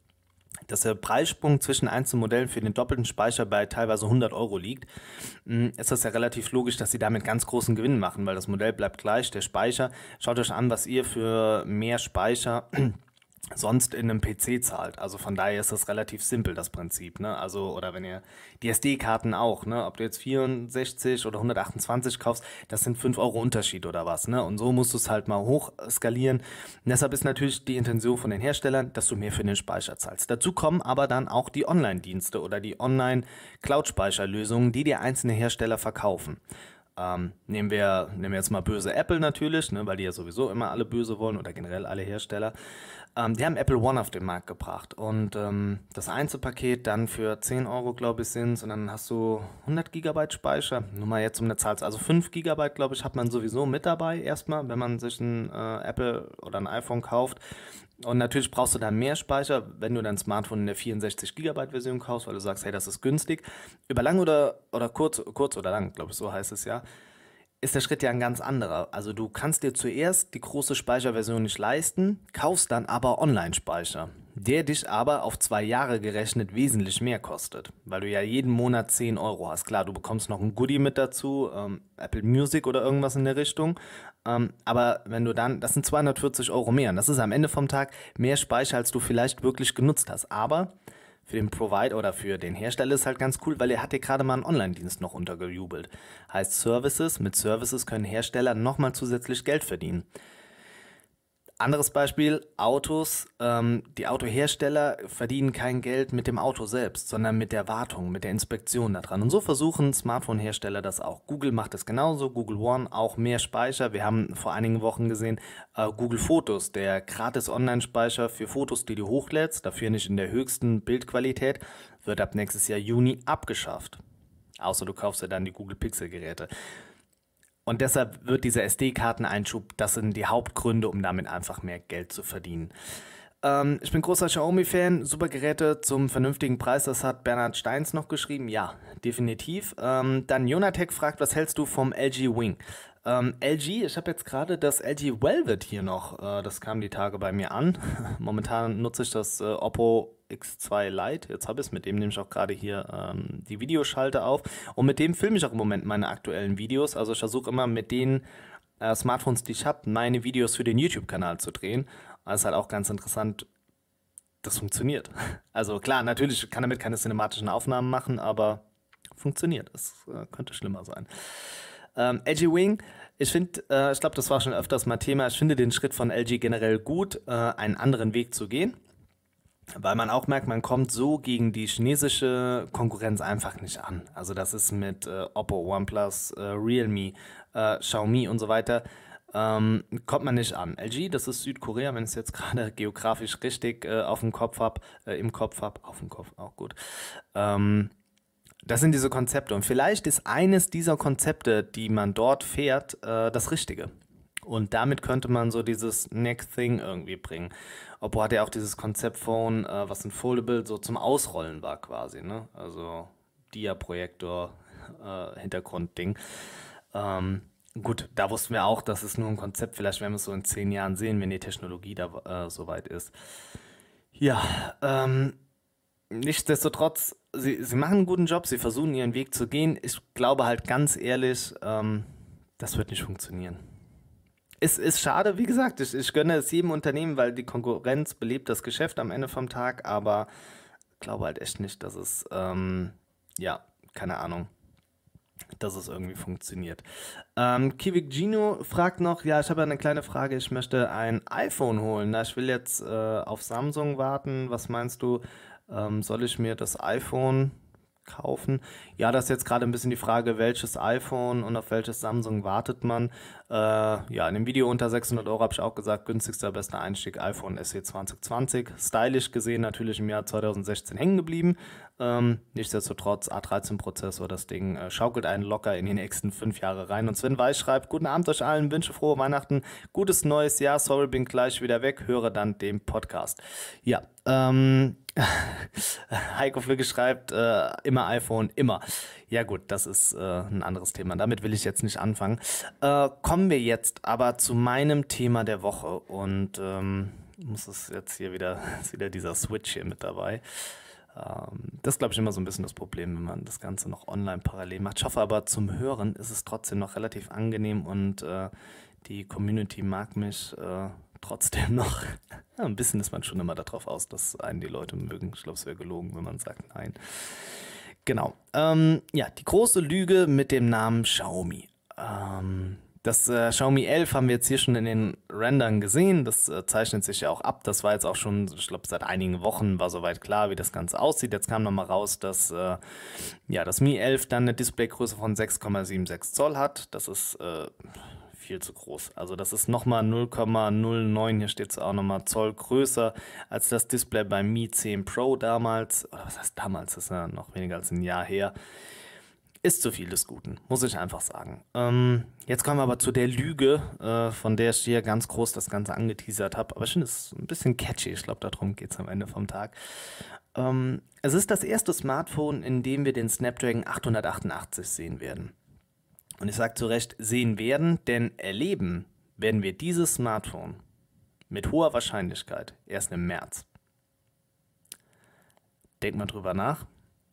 der Preissprung zwischen einzelnen Modellen für den doppelten Speicher bei teilweise 100 Euro liegt, ist das ja relativ logisch, dass sie damit ganz großen Gewinn machen, weil das Modell bleibt gleich, der Speicher. Schaut euch an, was ihr für mehr Speicher sonst in einem PC zahlt. Also von daher ist das relativ simpel, das Prinzip, ne? Also, oder wenn ihr die SD-Karten auch, ne? Ob du jetzt 64 oder 128 kaufst, das sind 5 Euro Unterschied oder was, ne? Und so musst du es halt mal hoch skalieren. Und deshalb ist natürlich die Intention von den Herstellern, dass du mehr für den Speicher zahlst. Dazu kommen aber dann auch die Online-Dienste oder die Online-Cloud-Speicherlösungen, die dir einzelne Hersteller verkaufen. Nehmen wir jetzt mal böse Apple natürlich, ne, weil die ja sowieso immer alle böse wollen oder generell alle Hersteller. Die haben Apple One auf den Markt gebracht und das Einzelpaket dann für 10 Euro, glaube ich, sind und dann hast du 100 Gigabyte Speicher. Nur mal jetzt um eine Zahl, also 5 Gigabyte, glaube ich, hat man sowieso mit dabei erstmal, wenn man sich ein Apple oder ein iPhone kauft. Und natürlich brauchst du dann mehr Speicher, wenn du dein Smartphone in der 64 Gigabyte Version kaufst, weil du sagst, hey, das ist günstig. Über lang oder kurz oder lang, glaube ich, so heißt es ja, ist der Schritt ja ein ganz anderer. Also du kannst dir zuerst die große Speicherversion nicht leisten, kaufst dann aber Online-Speicher, der dich aber auf 2 Jahre gerechnet wesentlich mehr kostet, weil du ja jeden Monat 10 Euro hast. Klar, du bekommst noch ein Goodie mit dazu, Apple Music oder irgendwas in der Richtung, aber wenn du dann, das sind 240 Euro mehr und das ist am Ende vom Tag mehr Speicher, als du vielleicht wirklich genutzt hast. Aber für den Provider oder für den Hersteller ist halt ganz cool, weil er hat dir gerade mal einen Online-Dienst noch untergejubelt. Heißt Services, mit Services können Hersteller nochmal zusätzlich Geld verdienen. Anderes Beispiel, Autos. Die Autohersteller verdienen kein Geld mit dem Auto selbst, sondern mit der Wartung, mit der Inspektion daran. Und so versuchen Smartphone-Hersteller das auch. Google macht es genauso, Google One auch mehr Speicher. Wir haben vor einigen Wochen gesehen, Google Fotos, der gratis Online-Speicher für Fotos, die du hochlädst, dafür nicht in der höchsten Bildqualität, wird ab nächstes Jahr Juni abgeschafft. Außer du kaufst ja dann die Google Pixel-Geräte. Und deshalb wird dieser SD-Karteneinschub, das sind die Hauptgründe, um damit einfach mehr Geld zu verdienen. Ich bin großer Xiaomi-Fan, super Geräte zum vernünftigen Preis, das hat Bernhard Steins noch geschrieben, ja, definitiv. Dann Jonatech fragt, was hältst du vom LG Wing? LG, ich habe jetzt gerade das LG Velvet hier noch, das kam die Tage bei mir an. Momentan nutze ich das Oppo X2 Lite, jetzt habe ich es, mit dem nehme ich auch gerade hier die Videoschalte auf und mit dem filme ich auch im Moment meine aktuellen Videos, also ich versuche immer mit den Smartphones, die ich habe, meine Videos für den YouTube-Kanal zu drehen. Das ist halt auch ganz interessant, das funktioniert. Also klar, natürlich kann damit keine cinematischen Aufnahmen machen, aber funktioniert, es könnte schlimmer sein. LG Wing, ich finde, ich glaube, das war schon öfters mal Thema, ich finde den Schritt von LG generell gut, einen anderen Weg zu gehen. Weil man auch merkt, man kommt so gegen die chinesische Konkurrenz einfach nicht an. Also das ist mit Oppo, OnePlus, Realme, Xiaomi und so weiter, kommt man nicht an. LG, das ist Südkorea, wenn ich es jetzt gerade geografisch richtig auf dem Kopf habe, auch gut. Das sind diese Konzepte. Und vielleicht ist eines dieser Konzepte, die man dort fährt, das Richtige. Und damit könnte man so dieses Next Thing irgendwie bringen. Oppo hat ja auch dieses Konzeptphone, was ein Foldable so zum Ausrollen war quasi, ne? Also Dia-Projektor, Hintergrundding. Gut, da wussten wir auch, das ist nur ein Konzept. Vielleicht werden wir es so in 10 Jahren sehen, wenn die Technologie da soweit ist. Ja, nichtsdestotrotz, sie machen einen guten Job, sie versuchen ihren Weg zu gehen. Ich glaube halt ganz ehrlich, das wird nicht funktionieren. Es ist schade, wie gesagt, ich gönne es jedem Unternehmen, weil die Konkurrenz belebt das Geschäft am Ende vom Tag, aber ich glaube halt echt nicht, dass es, ja, keine Ahnung, dass es irgendwie funktioniert. Kivik Gino fragt noch, ja, ich habe eine kleine Frage, ich möchte ein iPhone holen. Na, ich will jetzt auf Samsung warten. Was meinst du, soll ich mir das iPhone kaufen? Ja, das ist jetzt gerade ein bisschen die Frage, welches iPhone und auf welches Samsung wartet man. Ja, in dem Video unter 600 Euro habe ich auch gesagt, günstigster, bester Einstieg iPhone SE 2020. Stylisch gesehen natürlich im Jahr 2016 hängen geblieben. Nichtsdestotrotz A13-Prozessor, das Ding schaukelt einen locker in die nächsten 5 Jahre rein. Und Sven Weiß schreibt, guten Abend euch allen, wünsche frohe Weihnachten, gutes neues Jahr, sorry, bin gleich wieder weg, höre dann den Podcast. Ja, Heiko Flügge schreibt, immer iPhone, immer. Ja gut, das ist ein anderes Thema, damit will ich jetzt nicht anfangen. Kommen wir jetzt aber zu meinem Thema der Woche und muss es jetzt hier wieder, ist wieder dieser Switch hier mit dabei. Das ist, glaube ich, immer so ein bisschen das Problem, wenn man das Ganze noch online parallel macht. Ich hoffe aber, zum Hören ist es trotzdem noch relativ angenehm und die Community mag mich trotzdem noch. Ja, ein bisschen ist man schon immer darauf aus, dass einen die Leute mögen. Ich glaube, es wäre gelogen, wenn man sagt nein. Genau. Ja, die große Lüge mit dem Namen Xiaomi. Das Xiaomi 11 haben wir jetzt hier schon in den Rendern gesehen. Das zeichnet sich ja auch ab. Das war jetzt auch schon, ich glaube, seit einigen Wochen war soweit klar, wie das Ganze aussieht. Jetzt kam nochmal raus, dass ja, das Mi 11 dann eine Displaygröße von 6,76 Zoll hat. Das ist viel zu groß. Also das ist nochmal 0,09, hier steht es auch nochmal Zoll größer als das Display beim Mi 10 Pro damals. Oder was heißt damals? Das ist ja noch weniger als ein Jahr her. Ist zu viel des Guten, muss ich einfach sagen. Jetzt kommen wir aber zu der Lüge, von der ich hier ganz groß das Ganze angeteasert habe. Aber ich finde es ein bisschen catchy. Ich glaube, darum geht es am Ende vom Tag. Es ist das erste Smartphone, in dem wir den Snapdragon 888 sehen werden. Und ich sage zu Recht sehen werden, denn erleben werden wir dieses Smartphone mit hoher Wahrscheinlichkeit erst im März. Denkt mal drüber nach.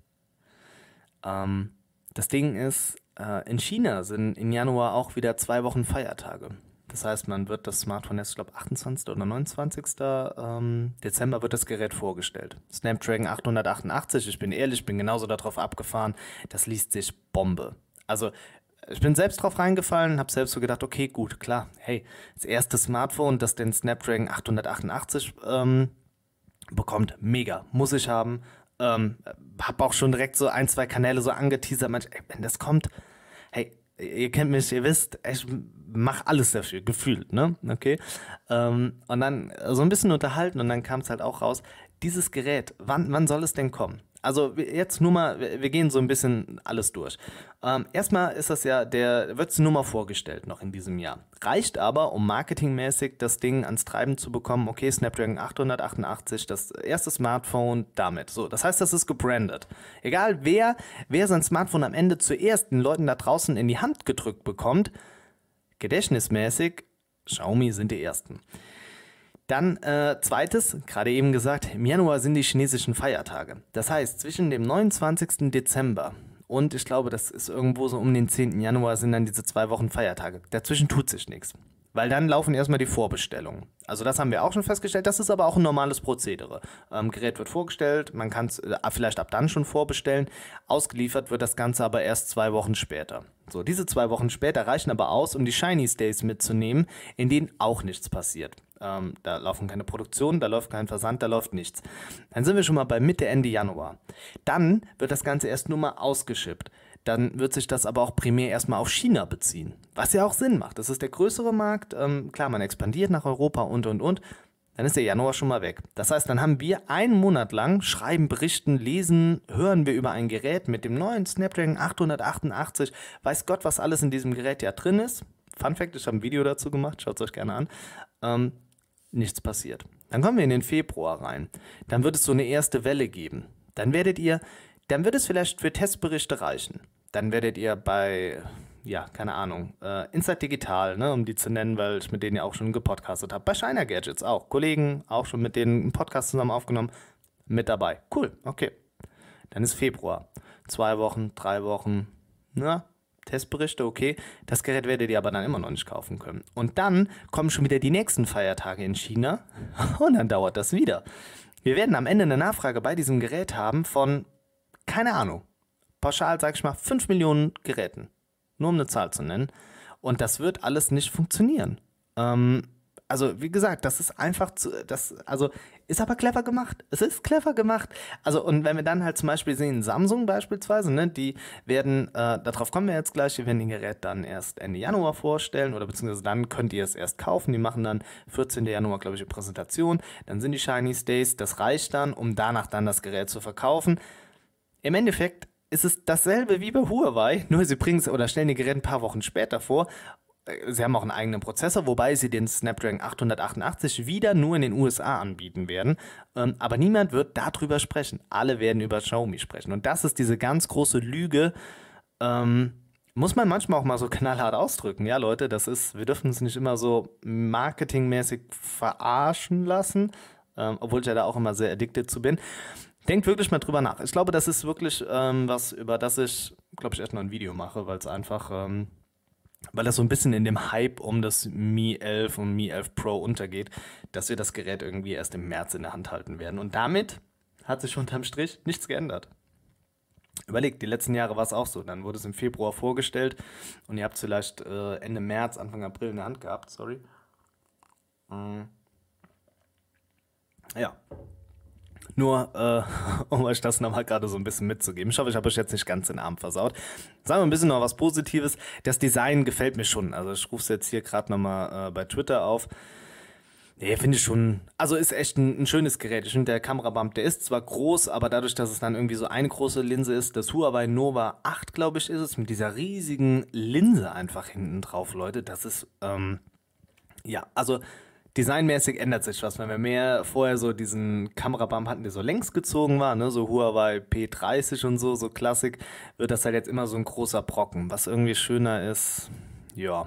Das Ding ist, in China sind im Januar auch wieder 2 Wochen Feiertage. Das heißt, man wird das Smartphone jetzt, ich glaube, 28. oder 29. Dezember wird das Gerät vorgestellt. Snapdragon 888, ich bin ehrlich, bin genauso darauf abgefahren, das liest sich Bombe. Also, ich bin selbst drauf reingefallen, habe selbst so gedacht, okay, gut, klar, hey, das erste Smartphone, das den Snapdragon 888 bekommt, mega, muss ich haben. Hab auch schon direkt so 1, 2 Kanäle so angeteasert, manch, ey, wenn das kommt, hey, ihr kennt mich, ihr wisst, ich mach alles dafür, gefühlt, ne, okay, und dann so ein bisschen unterhalten und dann kam es halt auch raus, dieses Gerät, wann soll es denn kommen? Also jetzt nur mal, wir gehen so ein bisschen alles durch. Erstmal ist das ja, wird es nur mal vorgestellt noch in diesem Jahr. Reicht aber, um marketingmäßig das Ding ans Treiben zu bekommen, okay, Snapdragon 888, das erste Smartphone damit. So, das heißt, das ist gebrandet. Egal wer sein Smartphone am Ende zuerst den Leuten da draußen in die Hand gedrückt bekommt, gedächtnismäßig, Xiaomi sind die Ersten. Dann zweites, gerade eben gesagt, im Januar sind die chinesischen Feiertage. Das heißt, zwischen dem 29. Dezember und ich glaube, das ist irgendwo so um den 10. Januar sind dann diese 2 Wochen Feiertage. Dazwischen tut sich nichts. Weil dann laufen erstmal die Vorbestellungen. Also das haben wir auch schon festgestellt, das ist aber auch ein normales Prozedere. Gerät wird vorgestellt, man kann es vielleicht ab dann schon vorbestellen. Ausgeliefert wird das Ganze aber erst 2 Wochen später. So, diese 2 Wochen später reichen aber aus, um die Chinese Days mitzunehmen, in denen auch nichts passiert. Da laufen keine Produktionen, da läuft kein Versand, da läuft nichts. Dann sind wir schon mal bei Mitte, Ende Januar. Dann wird das Ganze erst nur mal ausgeschippt. Dann wird sich das aber auch primär erstmal auf China beziehen. Was ja auch Sinn macht. Das ist der größere Markt. Klar, man expandiert nach Europa und. dann ist der Januar schon mal weg. Das heißt, dann haben wir einen Monat lang schreiben, berichten, lesen, hören wir über ein Gerät mit dem neuen Snapdragon 888. Weiß Gott, was alles in diesem Gerät ja drin ist. Fun Fact, ich habe ein Video dazu gemacht, schaut es euch gerne an. Nichts passiert. Dann kommen wir in den Februar rein. Dann wird es so eine erste Welle geben. Dann wird es vielleicht für Testberichte reichen. Dann werdet ihr bei, ja, keine Ahnung, Insight Digital, ne, um die zu nennen, weil ich mit denen ja auch schon gepodcastet habe. Bei Shiner Gadgets auch. Kollegen, auch schon mit denen einen Podcast zusammen aufgenommen, mit dabei. Cool, okay. Dann ist Februar. 2 Wochen, 3 Wochen, na, Testberichte, okay. Das Gerät werdet ihr aber dann immer noch nicht kaufen können. Und dann kommen schon wieder die nächsten Feiertage in China und dann dauert das wieder. Wir werden am Ende eine Nachfrage bei diesem Gerät haben von, keine Ahnung, pauschal sage ich mal 5 Millionen Geräten. Nur um eine Zahl zu nennen. Und das wird alles nicht funktionieren. Also wie gesagt, das ist einfach ist aber clever gemacht. Es ist clever gemacht. Also und wenn wir dann halt zum Beispiel sehen, Samsung beispielsweise, ne, die werden, darauf kommen wir jetzt gleich, die werden ihr Gerät dann erst Ende Januar vorstellen oder beziehungsweise dann könnt ihr es erst kaufen. Die machen dann 14. Januar, glaube ich, eine Präsentation. Dann sind die Chinese Days, das reicht dann, um danach dann das Gerät zu verkaufen. Im Endeffekt ist es dasselbe wie bei Huawei, nur sie bringen es oder stellen die Geräte ein paar Wochen später vor. Sie haben auch einen eigenen Prozessor, wobei sie den Snapdragon 888 wieder nur in den USA anbieten werden. Aber niemand wird darüber sprechen. Alle werden über Xiaomi sprechen. Und das ist diese ganz große Lüge. Muss man manchmal auch mal so knallhart ausdrücken. Ja, Leute, wir dürfen uns nicht immer so marketingmäßig verarschen lassen, obwohl ich ja da auch immer sehr addicted zu bin. Denkt wirklich mal drüber nach. Ich glaube, das ist wirklich was, über das ich, glaube ich, erst noch ein Video mache, weil es einfach, weil das so ein bisschen in dem Hype um das Mi 11 und Mi 11 Pro untergeht, dass wir das Gerät irgendwie erst im März in der Hand halten werden. Und damit hat sich unterm Strich nichts geändert. Überlegt, die letzten Jahre war es auch so. Dann wurde es im Februar vorgestellt und ihr habt es vielleicht Ende März, Anfang April in der Hand gehabt. Sorry. Ja. Nur, um euch das nochmal gerade so ein bisschen mitzugeben. Ich hoffe, ich habe euch jetzt nicht ganz den Abend versaut. Sagen wir ein bisschen noch was Positives. Das Design gefällt mir schon. Also ich rufe es jetzt hier gerade nochmal bei Twitter auf. Nee, finde ich schon, also ist echt ein schönes Gerät. Ich finde, der Kamerabump, der ist zwar groß, aber dadurch, dass es dann irgendwie so eine große Linse ist, das Huawei Nova 8, glaube ich, ist es, mit dieser riesigen Linse einfach hinten drauf, Leute, das ist, ja, also designmäßig ändert sich was. Wenn wir vorher so diesen Kamerabump hatten, der so längs gezogen war, ne, so Huawei P30 und so Klassik, wird das halt jetzt immer so ein großer Brocken. Was irgendwie schöner ist, ja,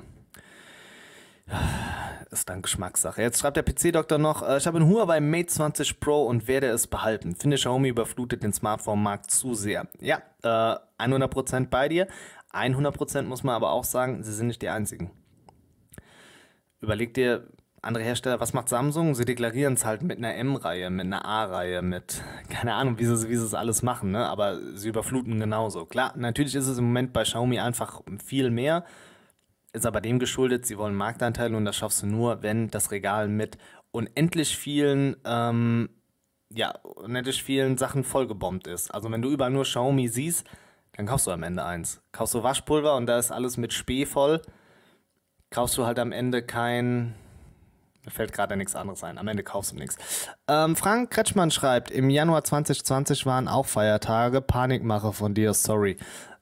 ist dann Geschmackssache. Jetzt schreibt der PC-Doktor noch, ich habe ein Huawei Mate 20 Pro und werde es behalten. Finde, Xiaomi überflutet den Smartphone-Markt zu sehr. Ja, 100% bei dir. 100% muss man aber auch sagen, sie sind nicht die einzigen. Überleg dir, andere Hersteller, was macht Samsung? Sie deklarieren es halt mit einer M-Reihe, mit einer A-Reihe, mit, keine Ahnung, wie sie es alles machen, ne? Aber sie überfluten genauso. Klar, natürlich ist es im Moment bei Xiaomi einfach viel mehr, ist aber dem geschuldet, sie wollen Marktanteile und das schaffst du nur, wenn das Regal mit unendlich vielen, unendlich vielen Sachen vollgebombt ist. Also wenn du überall nur Xiaomi siehst, dann kaufst du am Ende eins. Kaufst du Waschpulver und da ist alles mit Spee voll, kaufst du halt am Ende kein... Mir fällt gerade nichts anderes ein. Am Ende kaufst du nichts. Frank Kretschmann schreibt, im Januar 2020 waren auch Feiertage. Panikmache von dir, sorry.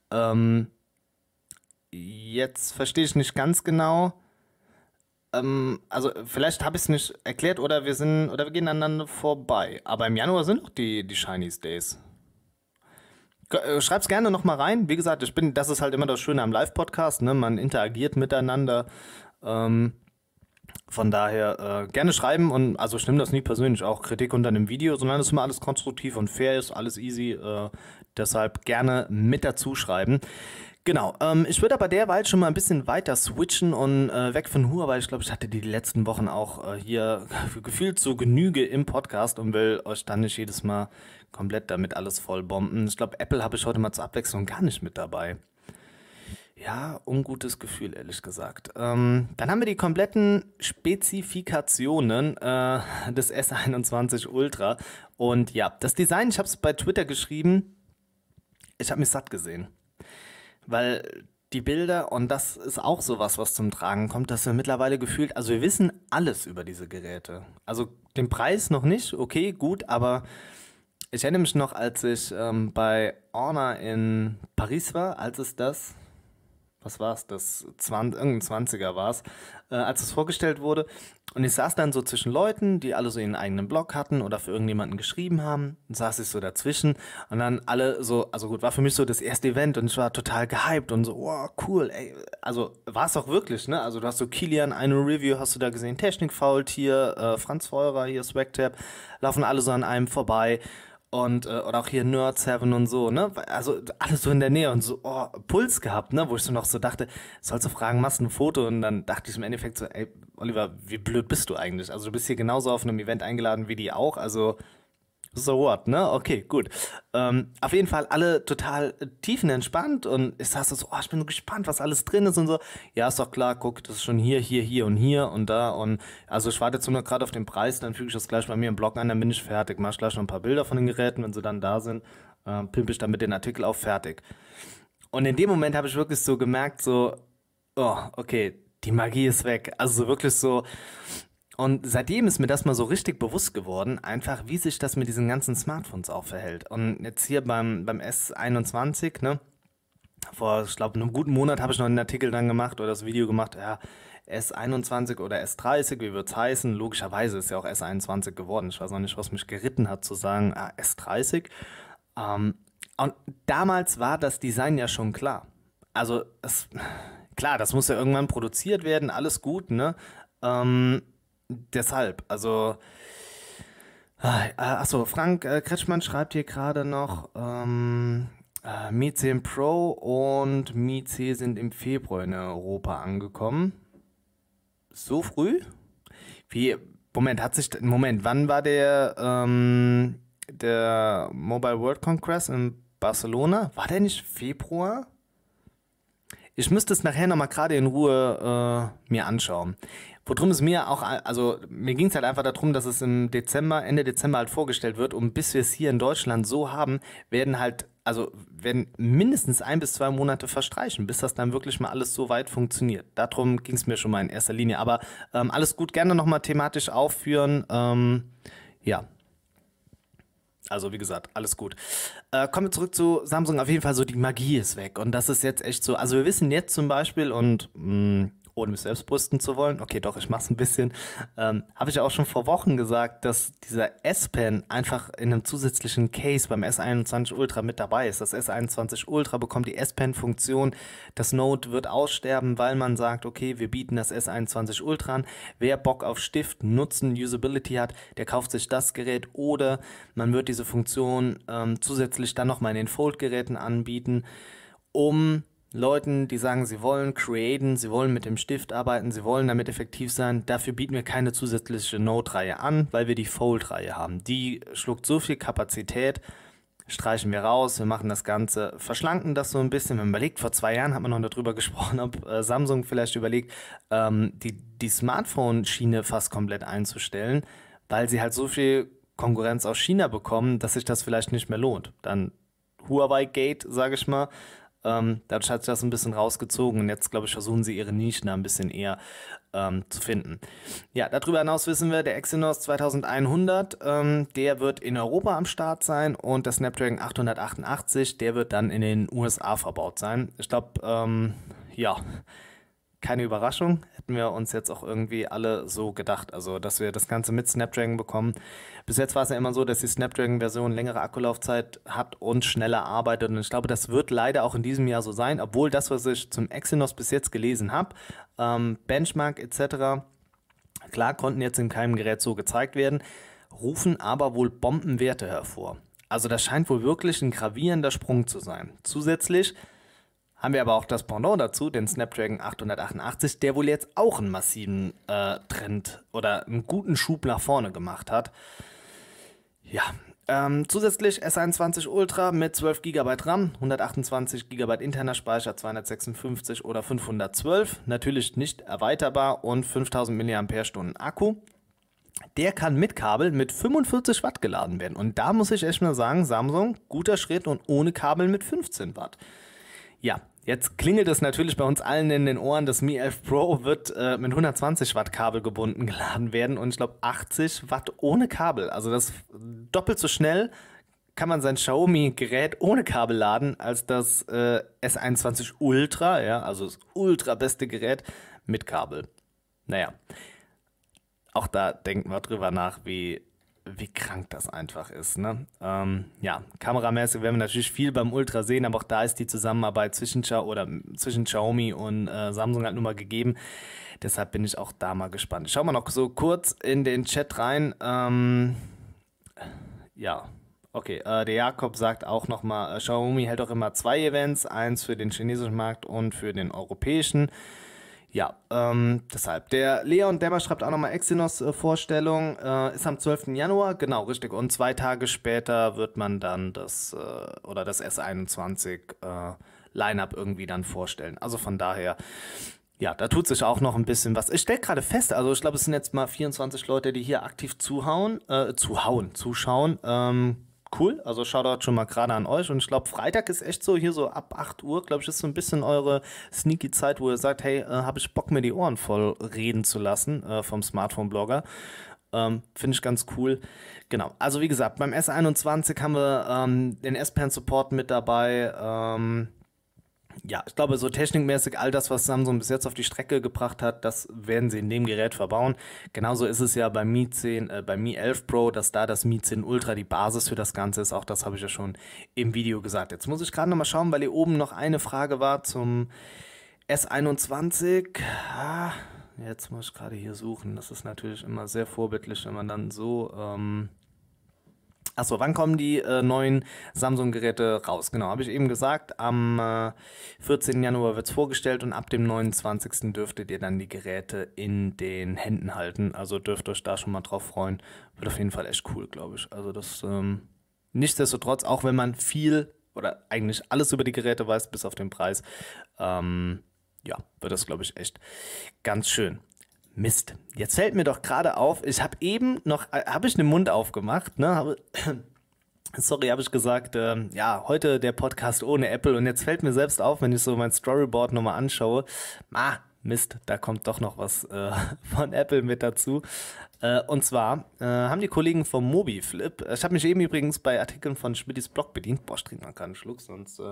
Jetzt verstehe ich nicht ganz genau. Also vielleicht habe ich es nicht erklärt oder wir gehen aneinander vorbei. Aber im Januar sind doch die Chinese Days. Schreib's gerne nochmal rein. Wie gesagt, das ist halt immer das Schöne am Live-Podcast, ne? Man interagiert miteinander. Von daher gerne schreiben und also ich nehme das nie persönlich, auch Kritik unter einem Video, sondern es ist immer alles konstruktiv und fair ist, alles easy, deshalb gerne mit dazu schreiben. Genau, ich würde aber derweil schon mal ein bisschen weiter switchen und weg von Huawei. Ich glaube, ich hatte die letzten Wochen auch hier gefühlt so Genüge im Podcast und will euch dann nicht jedes Mal komplett damit alles voll bomben. Ich glaube, Apple habe ich heute mal zur Abwechslung gar nicht mit dabei. Ja, ungutes Gefühl, ehrlich gesagt. Dann haben wir die kompletten Spezifikationen des S21 Ultra. Und ja, das Design, ich habe es bei Twitter geschrieben, ich habe mich satt gesehen. Weil die Bilder, und das ist auch sowas, was zum Tragen kommt, dass wir mittlerweile gefühlt, also wir wissen alles über diese Geräte. Also den Preis noch nicht, okay, gut, aber ich erinnere mich noch, als ich bei Honor in Paris war, was war es, irgendein 20er war es, als es vorgestellt wurde. Und ich saß dann so zwischen Leuten, die alle so ihren eigenen Blog hatten oder für irgendjemanden geschrieben haben. Und saß ich so dazwischen und dann alle so, also gut, war für mich so das erste Event und ich war total gehypt und so, wow, cool, ey. Also war es auch wirklich, ne? Also du hast so Kilian, eine Review hast du da gesehen, Technikfaultier, Franz Feurer, hier Swagtab, laufen alle so an einem vorbei. Und, oder auch hier Nerds Heaven und so, ne? Also alles so in der Nähe und so, oh, Puls gehabt, ne? Wo ich so noch so dachte, sollst du fragen, machst du ein Foto? Und dann dachte ich im Endeffekt so, ey, Oliver, wie blöd bist du eigentlich? Also du bist hier genauso auf einem Event eingeladen wie die auch, also so what, ne? Okay, gut. Auf jeden Fall alle total tiefenentspannt und ich saß so, oh, ich bin so gespannt, was alles drin ist und so. Ja, ist doch klar, guck, das ist schon hier und da und also ich warte jetzt nur noch gerade auf den Preis, dann füge ich das gleich bei mir im Blog an, dann bin ich fertig. Mach ich gleich noch ein paar Bilder von den Geräten, wenn sie dann da sind, pimpe ich dann mit den Artikel auf, fertig. Und in dem Moment habe ich wirklich so gemerkt, so, oh, okay, die Magie ist weg. Also so wirklich so. Und seitdem ist mir das mal so richtig bewusst geworden, einfach wie sich das mit diesen ganzen Smartphones auch verhält. Und jetzt hier beim S21, ne, vor, ich glaube, einem guten Monat habe ich noch einen Artikel dann gemacht oder das Video gemacht, ja, S21 oder S30, wie wird es heißen? Logischerweise ist ja auch S21 geworden. Ich weiß noch nicht, was mich geritten hat zu sagen, S30. Und damals war das Design ja schon klar. Also, klar, das muss ja irgendwann produziert werden, alles gut, ne? Deshalb, also, achso, Frank Kretschmann schreibt hier gerade noch, Mi 10 Pro und Mi C sind im Februar in Europa angekommen. So früh? Moment, wann war der Mobile World Congress in Barcelona? War der nicht Februar? Ich müsste es nachher nochmal gerade in Ruhe mir anschauen. Worum es mir auch, also mir ging es halt einfach darum, dass es im Dezember, Ende Dezember halt vorgestellt wird und bis wir es hier in Deutschland so haben, werden mindestens 1 bis 2 Monate verstreichen, bis das dann wirklich mal alles so weit funktioniert. Darum ging es mir schon mal in erster Linie. Aber alles gut, gerne nochmal thematisch aufführen. Ja. Also wie gesagt, alles gut. Kommen wir zurück zu Samsung. Auf jeden Fall so, die Magie ist weg. Und das ist jetzt echt so, also wir wissen jetzt zum Beispiel und ohne mich selbst brüsten zu wollen, okay doch, ich mach's ein bisschen, habe ich ja auch schon vor Wochen gesagt, dass dieser S-Pen einfach in einem zusätzlichen Case beim S21 Ultra mit dabei ist. Das S21 Ultra bekommt die S-Pen-Funktion, das Note wird aussterben, weil man sagt, okay, wir bieten das S21 Ultra an. Wer Bock auf Stift, Nutzen, Usability hat, der kauft sich das Gerät oder man wird diese Funktion zusätzlich dann nochmal in den Fold-Geräten anbieten, um Leuten, die sagen, sie wollen createn, sie wollen mit dem Stift arbeiten, sie wollen damit effektiv sein, dafür bieten wir keine zusätzliche Note-Reihe an, weil wir die Fold-Reihe haben. Die schluckt so viel Kapazität, streichen wir raus, wir machen das Ganze, verschlanken das so ein bisschen. Wenn man überlegt, vor 2 Jahren hat man noch darüber gesprochen, ob Samsung vielleicht überlegt, die Smartphone-Schiene fast komplett einzustellen, weil sie halt so viel Konkurrenz aus China bekommen, dass sich das vielleicht nicht mehr lohnt. Dann Huawei Gate, sage ich mal. Dadurch hat sich das ein bisschen rausgezogen und jetzt, glaube ich, versuchen sie ihre Nischen da ein bisschen eher zu finden. Ja, darüber hinaus wissen wir, der Exynos 2100, der wird in Europa am Start sein und der Snapdragon 888, der wird dann in den USA verbaut sein. Ich glaube, ja, keine Überraschung, hätten wir uns jetzt auch irgendwie alle so gedacht, also dass wir das Ganze mit Snapdragon bekommen. Bis jetzt war es ja immer so, dass die Snapdragon-Version längere Akkulaufzeit hat und schneller arbeitet und ich glaube, das wird leider auch in diesem Jahr so sein, obwohl das, was ich zum Exynos bis jetzt gelesen habe, Benchmark etc., klar, konnten jetzt in keinem Gerät so gezeigt werden, rufen aber wohl Bombenwerte hervor. Also das scheint wohl wirklich ein gravierender Sprung zu sein. Zusätzlich haben wir aber auch das Pendant dazu, den Snapdragon 888, der wohl jetzt auch einen massiven Trend oder einen guten Schub nach vorne gemacht hat. Ja, zusätzlich S21 Ultra mit 12 GB RAM, 128 GB interner Speicher, 256 oder 512, natürlich nicht erweiterbar und 5000 mAh Akku. Der kann mit Kabel mit 45 Watt geladen werden und da muss ich echt mal sagen, Samsung, guter Schritt und ohne Kabel mit 15 Watt. Ja, Jetzt klingelt es natürlich bei uns allen in den Ohren, das Mi 11 Pro wird mit 120 Watt Kabel gebunden geladen werden und ich glaube 80 Watt ohne Kabel. Also das doppelt so schnell kann man sein Xiaomi-Gerät ohne Kabel laden als das S21 Ultra, ja, also das ultra beste Gerät mit Kabel. Naja, auch da denken wir drüber nach, wie krank das einfach ist. Ne? Ja, kameramäßig werden wir natürlich viel beim Ultra sehen, aber auch da ist die Zusammenarbeit zwischen Xiaomi und Samsung halt nun mal gegeben. Deshalb bin ich auch da mal gespannt. Ich schau mal noch so kurz in den Chat rein. Ja, okay. Der Jakob sagt auch nochmal, Xiaomi hält auch immer 2 Events, eins für den chinesischen Markt und für den europäischen. Ja, deshalb. Der Leon Dämmer schreibt auch nochmal Exynos-Vorstellung. Ist am 12. Januar, genau, richtig. Und 2 Tage später wird man dann das S21 Line-Up irgendwie dann vorstellen. Also von daher, ja, da tut sich auch noch ein bisschen was. Ich stelle gerade fest, also ich glaube, es sind jetzt mal 24 Leute, die hier aktiv zuschauen. Cool, also Shoutout schon mal gerade an euch und ich glaube, Freitag ist echt so, hier so ab 8 Uhr, glaube ich, ist so ein bisschen eure sneaky Zeit, wo ihr sagt, hey, habe ich Bock, mir die Ohren voll reden zu lassen vom Smartphone-Blogger. Finde ich ganz cool. Genau, also wie gesagt, beim S21 haben wir den S-Pen-Support mit dabei. Ja, ich glaube, so technikmäßig all das, was Samsung bis jetzt auf die Strecke gebracht hat, das werden sie in dem Gerät verbauen. Genauso ist es ja beim Mi 11 Pro, dass da das Mi 10 Ultra die Basis für das Ganze ist. Auch das habe ich ja schon im Video gesagt. Jetzt muss ich gerade nochmal schauen, weil hier oben noch eine Frage war zum S21. Jetzt muss ich gerade hier suchen. Das ist natürlich immer sehr vorbildlich, wenn man dann so... Achso, wann kommen die neuen Samsung-Geräte raus? Genau, habe ich eben gesagt, am 14. Januar wird es vorgestellt und ab dem 29. dürftet ihr dann die Geräte in den Händen halten. Also dürft euch da schon mal drauf freuen. Wird auf jeden Fall echt cool, glaube ich. Also das, nichtsdestotrotz, auch wenn man viel oder eigentlich alles über die Geräte weiß, bis auf den Preis, ja, wird das, glaube ich, echt ganz schön. Mist, jetzt fällt mir doch gerade auf, ich habe eben noch, habe ich den Mund aufgemacht, ne, habe ich gesagt, ja, heute der Podcast ohne Apple und jetzt fällt mir selbst auf, wenn ich so mein Storyboard nochmal anschaue, Mist, da kommt doch noch was von Apple mit dazu. Und zwar haben die Kollegen vom MobiFlip, ich habe mich eben übrigens bei Artikeln von Schmidtis Blog bedient, boah, ich trinke mal keinen Schluck, sonst...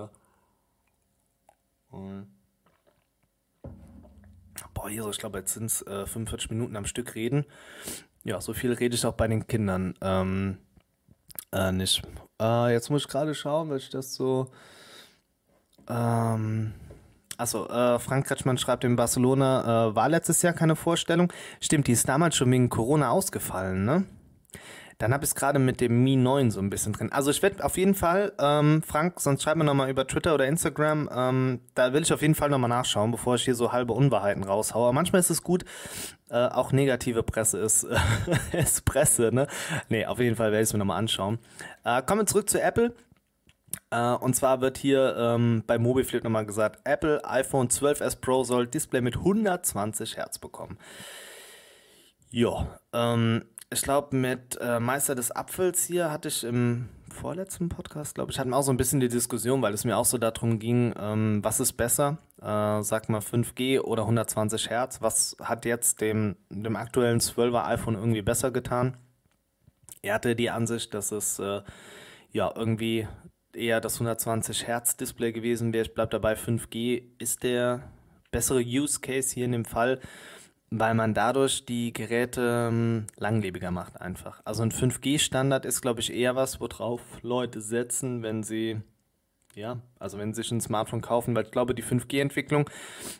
hier so, ich glaube, jetzt sind es 45 Minuten am Stück reden. Ja, so viel rede ich auch bei den Kindern nicht. Jetzt muss ich gerade schauen, weil ich das so... Frank Kretschmann schreibt, in Barcelona war letztes Jahr keine Vorstellung. Stimmt, die ist damals schon wegen Corona ausgefallen, ne? Dann habe ich es gerade mit dem Mi 9 so ein bisschen drin. Also ich werde auf jeden Fall, Frank, sonst schreib mir nochmal über Twitter oder Instagram, da will ich auf jeden Fall nochmal nachschauen, bevor ich hier so halbe Unwahrheiten raushaue. Aber manchmal ist es gut, auch negative Presse ist Presse, ne? Nee, auf jeden Fall werde ich es mir nochmal anschauen. Kommen wir zurück zu Apple. Und zwar wird hier bei MobiFlip nochmal gesagt, Apple iPhone 12s Pro soll Display mit 120 Hertz bekommen. Ja, ich glaube, mit Meister des Apfels hier hatte ich im vorletzten Podcast, glaube ich, hatten wir auch so ein bisschen die Diskussion, weil es mir auch so darum ging, was ist besser, sag mal 5G oder 120 Hertz, was hat jetzt dem aktuellen 12er iPhone irgendwie besser getan? Er hatte die Ansicht, dass es ja irgendwie eher das 120 Hertz Display gewesen wäre. Ich bleibe dabei, 5G ist der bessere Use Case hier in dem Fall, weil man dadurch die Geräte langlebiger macht einfach. Also ein 5G-Standard ist, glaube ich, eher was, worauf Leute setzen, wenn sie, ja, also wenn sie sich ein Smartphone kaufen, weil ich glaube, die 5G-Entwicklung,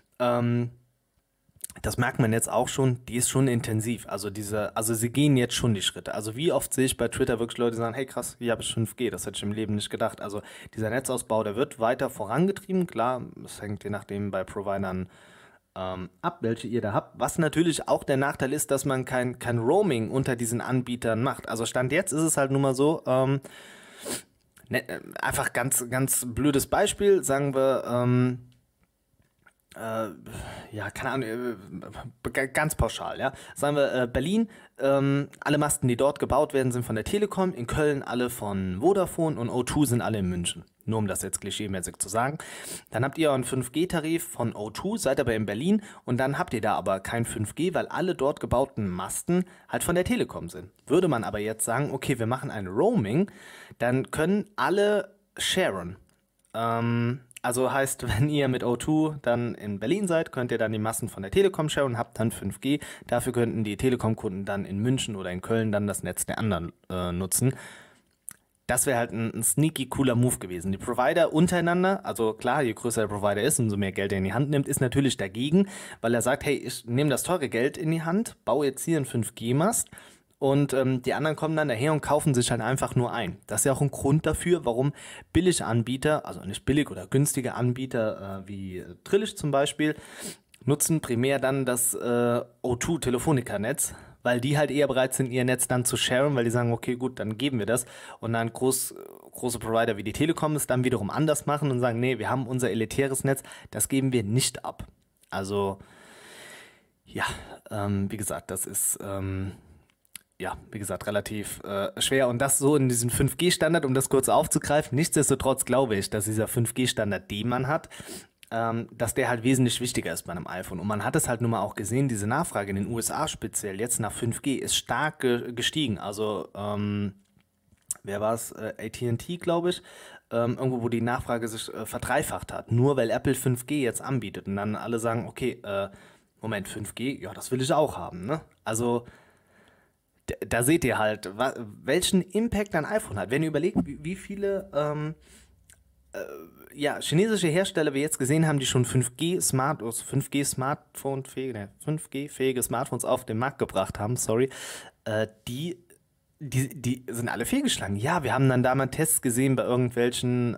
das merkt man jetzt auch schon, die ist schon intensiv. Also sie gehen jetzt schon die Schritte. Also wie oft sehe ich bei Twitter wirklich Leute sagen, hey krass, hier habe ich 5G, das hätte ich im Leben nicht gedacht. Also dieser Netzausbau, der wird weiter vorangetrieben. Klar, es hängt je nachdem bei Providern ab, welche ihr da habt. Was natürlich auch der Nachteil ist, dass man kein Roaming unter diesen Anbietern macht. Also Stand jetzt ist es halt nun mal so, einfach ganz, ganz blödes Beispiel, sagen wir, Ja, keine Ahnung, ganz pauschal, ja. Sagen wir, Berlin, alle Masten, die dort gebaut werden, sind von der Telekom, in Köln alle von Vodafone und O2 sind alle in München. Nur um das jetzt klischeemäßig zu sagen. Dann habt ihr einen 5G-Tarif von O2, seid aber in Berlin und dann habt ihr da aber kein 5G, weil alle dort gebauten Masten halt von der Telekom sind. Würde man aber jetzt sagen, okay, wir machen ein Roaming, dann können alle sharen. Also heißt, wenn ihr mit O2 dann in Berlin seid, könnt ihr dann die Massen von der Telekom sharen und habt dann 5G. Dafür könnten die Telekom-Kunden dann in München oder in Köln dann das Netz der anderen nutzen. Das wäre halt ein sneaky cooler Move gewesen. Die Provider untereinander, also klar, je größer der Provider ist, umso mehr Geld er in die Hand nimmt, ist natürlich dagegen, weil er sagt, hey, ich nehme das teure Geld in die Hand, baue jetzt hier einen 5G-Mast und die anderen kommen dann daher und kaufen sich halt einfach nur ein. Das ist ja auch ein Grund dafür, warum Billiganbieter, also nicht billig oder günstige Anbieter wie Drillisch zum Beispiel, nutzen primär dann das O2-Telefonica-Netz, weil die halt eher bereit sind, ihr Netz dann zu sharen, weil die sagen, okay, gut, dann geben wir das. Und dann große Provider wie die Telekom es dann wiederum anders machen und sagen, nee, wir haben unser elitäres Netz, das geben wir nicht ab. Also, ja, wie gesagt, das ist, ja, wie gesagt, relativ schwer. Und das so in diesem 5G-Standard, um das kurz aufzugreifen. Nichtsdestotrotz glaube ich, dass dieser 5G-Standard, den man hat, dass der halt wesentlich wichtiger ist bei einem iPhone. Und man hat es halt nun mal auch gesehen, diese Nachfrage in den USA speziell jetzt nach 5G ist stark gestiegen. Also, wer war es? AT&T, glaube ich. Irgendwo, wo die Nachfrage sich verdreifacht hat. Nur weil Apple 5G jetzt anbietet. Und dann alle sagen, okay, Moment, 5G, ja, das will ich auch haben, ne? Also, da seht ihr halt, welchen Impact ein iPhone hat. Wenn ihr überlegt, wie viele ja, chinesische Hersteller wir jetzt gesehen haben, die schon 5G-fähige Smartphones auf den Markt gebracht haben, sorry, die sind alle fehlgeschlagen. Ja, wir haben dann da mal Tests gesehen bei irgendwelchen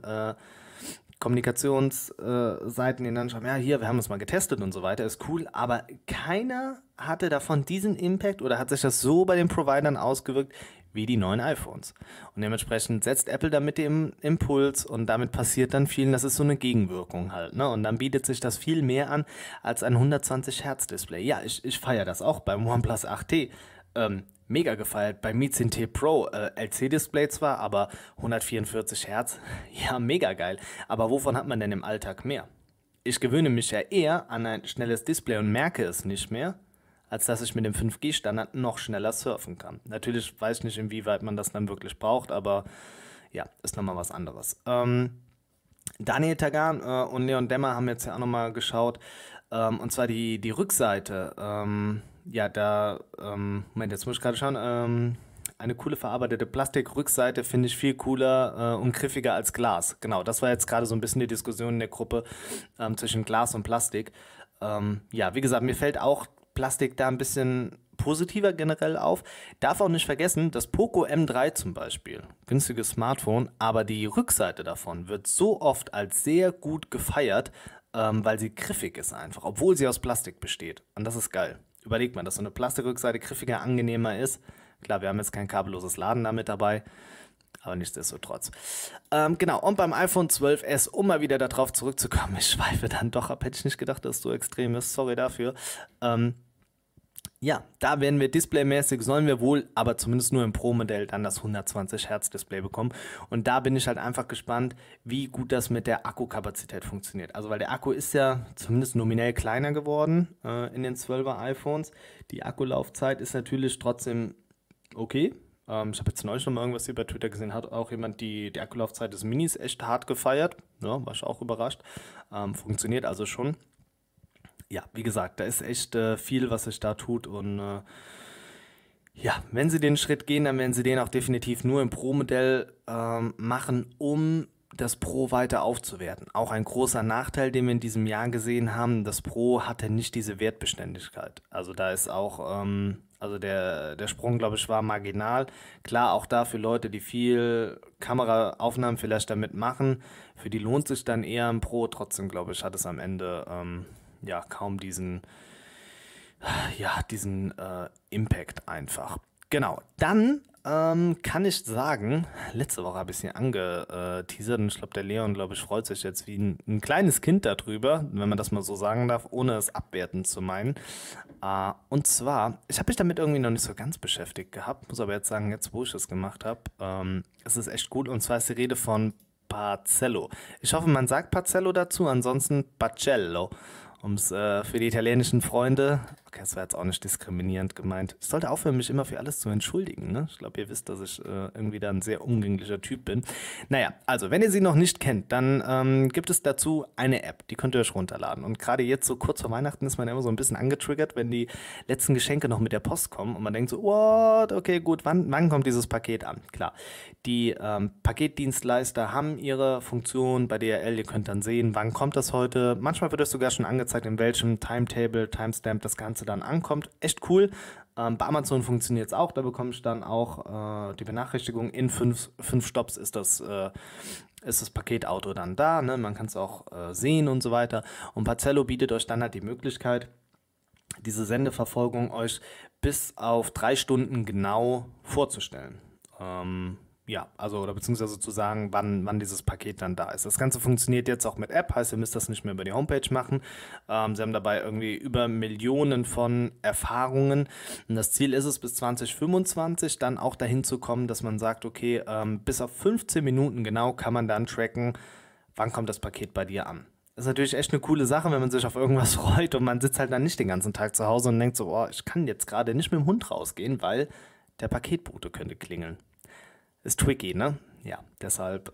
Kommunikationsseiten, die dann schreiben, ja, hier, wir haben es mal getestet und so weiter, ist cool, aber keiner hatte davon diesen Impact oder hat sich das so bei den Providern ausgewirkt wie die neuen iPhones. Und dementsprechend setzt Apple damit den Impuls und damit passiert dann viel, das ist so eine Gegenwirkung halt, ne? Und dann bietet sich das viel mehr an als ein 120 Hertz Display. Ja, ich feiere das auch beim OnePlus 8T. Mega gefeiert. Beim Mi 10T Pro LC-Display zwar, aber 144 Hertz, ja, mega geil. Aber wovon hat man denn im Alltag mehr? Ich gewöhne mich ja eher an ein schnelles Display und merke es nicht mehr, als dass ich mit dem 5G-Standard noch schneller surfen kann. Natürlich weiß ich nicht, inwieweit man das dann wirklich braucht, aber ja, ist nochmal was anderes. Daniel Tagan und Leon Demmer haben jetzt ja auch nochmal geschaut, und zwar die Rückseite. Ja, Moment, jetzt muss ich gerade schauen, eine coole verarbeitete Plastikrückseite finde ich viel cooler und griffiger als Glas. Genau, das war jetzt gerade so ein bisschen die Diskussion in der Gruppe zwischen Glas und Plastik. Ja, wie gesagt, mir fällt auch Plastik da ein bisschen positiver generell auf. Darf auch nicht vergessen, das Poco M3 zum Beispiel, günstiges Smartphone, aber die Rückseite davon wird so oft als sehr gut gefeiert, weil sie griffig ist einfach, obwohl sie aus Plastik besteht. Und das ist geil. Überlegt mal, dass so eine Plastikrückseite griffiger, angenehmer ist. Klar, wir haben jetzt kein kabelloses Laden da mit dabei, aber nichtsdestotrotz. Genau, und beim iPhone 12S, um mal wieder darauf zurückzukommen, ich schweife dann doch ab, hätte ich nicht gedacht, dass es so extrem ist, sorry dafür. Ja, da werden wir displaymäßig, sollen wir wohl, aber zumindest nur im Pro-Modell dann das 120 Hertz Display bekommen. Und da bin ich halt einfach gespannt, wie gut das mit der Akkukapazität funktioniert. Also weil der Akku ist ja zumindest nominell kleiner geworden in den 12er iPhones. Die Akkulaufzeit ist natürlich trotzdem okay. Ich habe jetzt neulich noch mal irgendwas über Twitter gesehen, hat auch jemand die Akkulaufzeit des Minis echt hart gefeiert. Ja, war ich auch überrascht. Funktioniert also schon. Ja, wie gesagt, da ist echt viel, was sich da tut und ja, wenn sie den Schritt gehen, dann werden sie den auch definitiv nur im Pro-Modell machen, um das Pro weiter aufzuwerten. Auch ein großer Nachteil, den wir in diesem Jahr gesehen haben, das Pro hatte nicht diese Wertbeständigkeit. Also da ist auch, also der Sprung, glaube ich, war marginal. Klar, auch da für Leute, die viel Kameraaufnahmen vielleicht damit machen, für die lohnt sich dann eher ein Pro. Trotzdem, glaube ich, hat es am Ende ja kaum diesen Impact einfach. Genau, dann Kann ich sagen, letzte Woche habe ich sie angeteasert und ich glaube, der Leon, freut sich jetzt wie ein kleines Kind darüber, wenn man das mal so sagen darf, ohne es abwertend zu meinen. Und zwar, ich habe mich damit irgendwie noch nicht so ganz beschäftigt gehabt, muss aber jetzt sagen, jetzt wo ich es gemacht habe, es ist echt gut, und zwar ist die Rede von Pacello. Ich hoffe, man sagt Pacello dazu, ansonsten Pacello. Um es für die italienischen Freunde, okay, das war jetzt auch nicht diskriminierend gemeint. Ich sollte aufhören, mich immer für alles zu entschuldigen, ne? Ich glaube, ihr wisst, dass ich irgendwie da ein sehr umgänglicher Typ bin. Naja, also, wenn ihr sie noch nicht kennt, dann gibt es dazu eine App, die könnt ihr euch runterladen. Und gerade jetzt, so kurz vor Weihnachten, ist man immer so ein bisschen angetriggert, wenn die letzten Geschenke noch mit der Post kommen und man denkt so, what, okay, gut, wann kommt dieses Paket an? Klar, die Paketdienstleister haben ihre Funktion bei DHL, ihr könnt dann sehen, wann kommt das heute. Manchmal wird es sogar schon angezeigt, in welchem Timetable, Timestamp das Ganze dann ankommt. Echt cool. Bei Amazon funktioniert es auch. Da bekomme ich dann auch die Benachrichtigung. In fünf Stops ist das Paketauto dann da. Ne? Man kann es auch sehen und so weiter. Und Pacello bietet euch dann halt die Möglichkeit, diese Sendeverfolgung euch bis auf 3 Stunden genau vorzustellen. Ja, also oder beziehungsweise zu sagen, wann dieses Paket dann da ist. Das Ganze funktioniert jetzt auch mit App, heißt, ihr müsst das nicht mehr über die Homepage machen. Sie haben dabei irgendwie über Millionen von Erfahrungen. Und das Ziel ist es, bis 2025 dann auch dahin zu kommen, dass man sagt, okay, bis auf 15 Minuten genau kann man dann tracken, wann kommt das Paket bei dir an. Das ist natürlich echt eine coole Sache, wenn man sich auf irgendwas freut und man sitzt halt dann nicht den ganzen Tag zu Hause und denkt so, oh, ich kann jetzt gerade nicht mit dem Hund rausgehen, weil der Paketbote könnte klingeln. Ist tricky, ne? Ja, deshalb,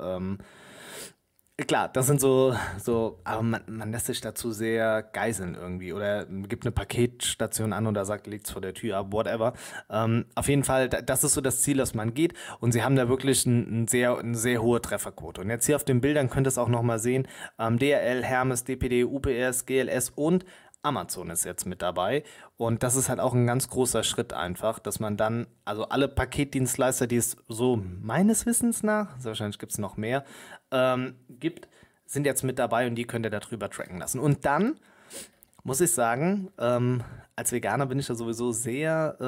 klar, das sind so, aber man lässt sich dazu sehr geiseln irgendwie oder gibt eine Paketstation an oder sagt, legt's vor der Tür ab, whatever. Auf jeden Fall, das ist so das Ziel, dass man geht, und sie haben da wirklich eine sehr hohe Trefferquote. Und jetzt hier auf den Bildern könnt ihr es auch nochmal sehen, DHL, Hermes, DPD, UPS, GLS und Amazon ist jetzt mit dabei, und das ist halt auch ein ganz großer Schritt einfach, dass man dann, also alle Paketdienstleister, die es so meines Wissens nach, also wahrscheinlich gibt es noch mehr, gibt, sind jetzt mit dabei, und die könnt ihr darüber tracken lassen. Und dann muss ich sagen, als Veganer bin ich da sowieso sehr,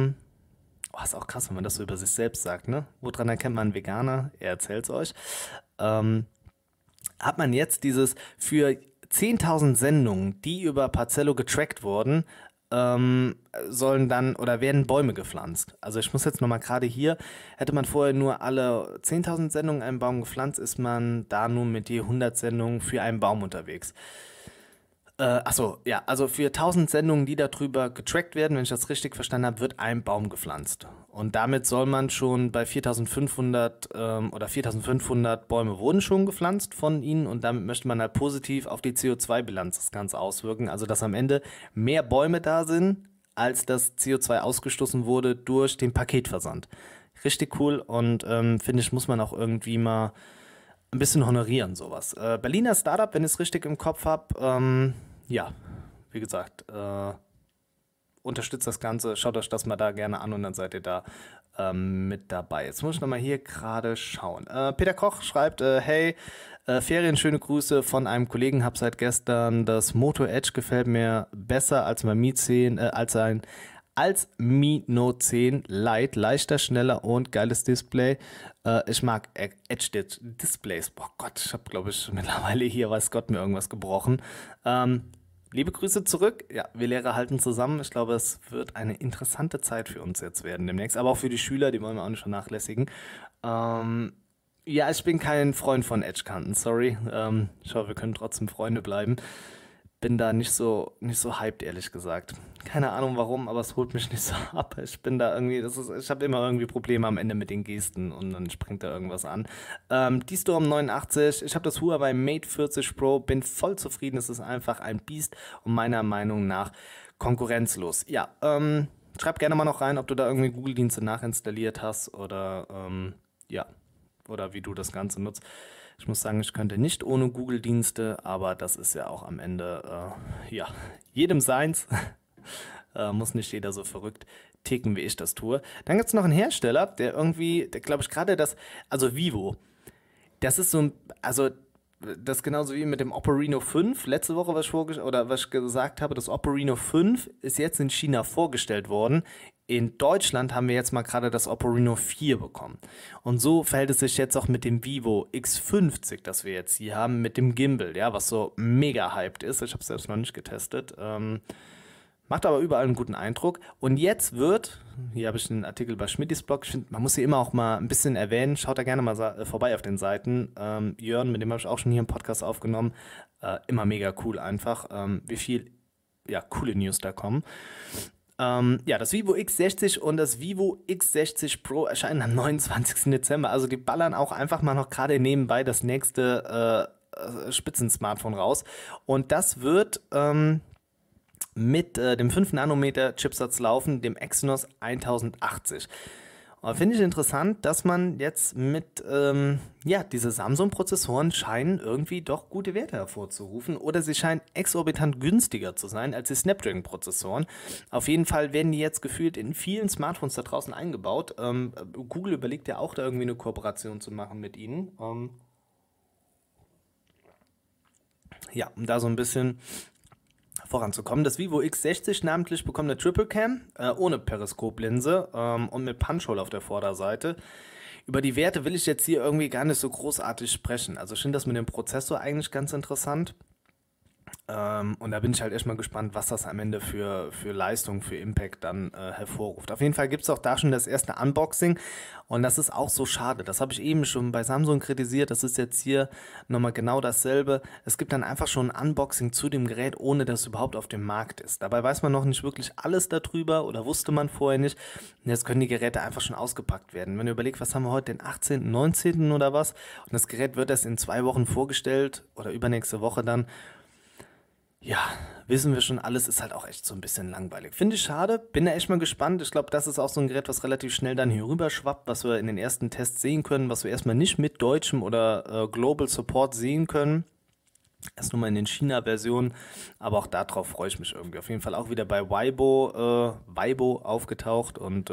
ist auch krass, wenn man das so über sich selbst sagt, ne? Woran erkennt man einen Veganer? Er erzählt's euch. Hat man jetzt dieses für 10.000 Sendungen, die über Pacello getrackt wurden, sollen dann oder werden Bäume gepflanzt. Also ich muss jetzt nochmal gerade hier, hätte man vorher nur alle 10.000 Sendungen einen Baum gepflanzt, ist man da nun mit je 100 Sendungen für einen Baum unterwegs. Achso, ja, also für 1.000 Sendungen, die darüber getrackt werden, wenn ich das richtig verstanden habe, wird ein Baum gepflanzt. Und damit soll man schon bei 4.500 oder 4.500 Bäume wurden schon gepflanzt von ihnen, und damit möchte man halt positiv auf die CO2-Bilanz das Ganze auswirken. Also dass am Ende mehr Bäume da sind, als das CO2 ausgestoßen wurde durch den Paketversand. Richtig cool, und finde ich, muss man auch irgendwie mal ein bisschen honorieren, sowas. Berliner Startup, wenn ich es richtig im Kopf habe, ja, wie gesagt, unterstützt das Ganze, schaut euch das mal da gerne an, und dann seid ihr da mit dabei. Jetzt muss ich nochmal hier gerade schauen. Peter Koch schreibt, hey, Ferien, schöne Grüße von einem Kollegen, hab seit gestern das Moto Edge, gefällt mir besser als mein Mi 10, als Mi Note 10 Lite, leichter, schneller und geiles Display. Ich mag Edge Displays. Boah Gott, ich habe, glaube ich, mittlerweile hier, weiß Gott, mir irgendwas gebrochen. Liebe Grüße zurück. Ja, wir Lehrer halten zusammen. Ich glaube, es wird eine interessante Zeit für uns jetzt werden demnächst. Aber auch für die Schüler, die wollen wir auch nicht vernachlässigen. Ja, ich bin kein Freund von Edge-Kanten, sorry. Ich hoffe, wir können trotzdem Freunde bleiben. Bin da nicht so hyped, ehrlich gesagt. Keine Ahnung warum, aber es holt mich nicht so ab. Ich bin da irgendwie, ich habe immer irgendwie Probleme am Ende mit den Gesten, und dann springt da irgendwas an. Die Storm 89, ich habe das Huawei Mate 40 Pro, bin voll zufrieden. Es ist einfach ein Biest und meiner Meinung nach konkurrenzlos. Ja, schreib gerne mal noch rein, ob du da irgendwie Google-Dienste nachinstalliert hast oder ja, oder wie du das Ganze nutzt. Ich muss sagen, ich könnte nicht ohne Google-Dienste, aber das ist ja auch am Ende, ja, jedem seins. Muss nicht jeder so verrückt ticken, wie ich das tue. Dann gibt es noch einen Hersteller, der glaube ich gerade also Vivo, das ist so ein, also das ist genauso wie mit dem Oppo Reno 5. Letzte Woche, was ich gesagt habe, das Oppo Reno 5 ist jetzt in China vorgestellt worden in Deutschland haben wir jetzt mal gerade das Oppo Reno 4 bekommen. Und so verhält es sich jetzt auch mit dem Vivo X50, das wir jetzt hier haben, mit dem Gimbal, ja, was so mega hyped ist. Ich habe es selbst noch nicht getestet. Macht aber überall einen guten Eindruck. Und jetzt wird, hier habe ich einen Artikel bei Schmittis Blog, ich finde, man muss hier immer auch mal ein bisschen erwähnen, schaut da gerne mal vorbei auf den Seiten. Jörn, mit dem habe ich auch schon hier einen Podcast aufgenommen, immer mega cool einfach, wie viel coole News da kommen. Das Vivo X60 und das Vivo X60 Pro erscheinen am 29. Dezember. Also die ballern auch einfach mal noch gerade nebenbei das nächste Spitzensmartphone raus. Und das wird mit dem 5-Nanometer-Chipsatz laufen, dem Exynos 1080. Finde ich interessant, dass man jetzt mit, diese Samsung-Prozessoren scheinen irgendwie doch gute Werte hervorzurufen oder sie scheinen exorbitant günstiger zu sein als die Snapdragon-Prozessoren. Auf jeden Fall werden die jetzt gefühlt in vielen Smartphones da draußen eingebaut. Google überlegt ja auch da irgendwie eine Kooperation zu machen mit ihnen. Um da so ein bisschen voranzukommen. Das Vivo X60 namentlich bekommt eine Triple Cam ohne Periskoplinse und mit Punch-Hole auf der Vorderseite. Über die Werte will ich jetzt hier irgendwie gar nicht so großartig sprechen. Also ich finde das mit dem Prozessor eigentlich ganz interessant. Und da bin ich halt echt mal gespannt, was das am Ende für Leistung, für Impact dann hervorruft. Auf jeden Fall gibt es auch da schon das erste Unboxing und das ist auch so schade. Das habe ich eben schon bei Samsung kritisiert, das ist jetzt hier nochmal genau dasselbe. Es gibt dann einfach schon ein Unboxing zu dem Gerät, ohne dass es überhaupt auf dem Markt ist. Dabei weiß man noch nicht wirklich alles darüber oder wusste man vorher nicht. Und jetzt können die Geräte einfach schon ausgepackt werden. Wenn ihr überlegt, was haben wir heute, den 18., 19. oder was? Und das Gerät wird erst in 2 Wochen vorgestellt oder übernächste Woche dann. Ja, wissen wir schon alles, ist halt auch echt so ein bisschen langweilig. Finde ich schade, bin da echt mal gespannt. Ich glaube, das ist auch so ein Gerät, was relativ schnell dann hier rüber schwappt, was wir in den ersten Tests sehen können, was wir erstmal nicht mit deutschem oder Global Support sehen können. Erst nur mal in den China-Versionen, aber auch darauf freue ich mich irgendwie. Auf jeden Fall auch wieder bei Weibo aufgetaucht und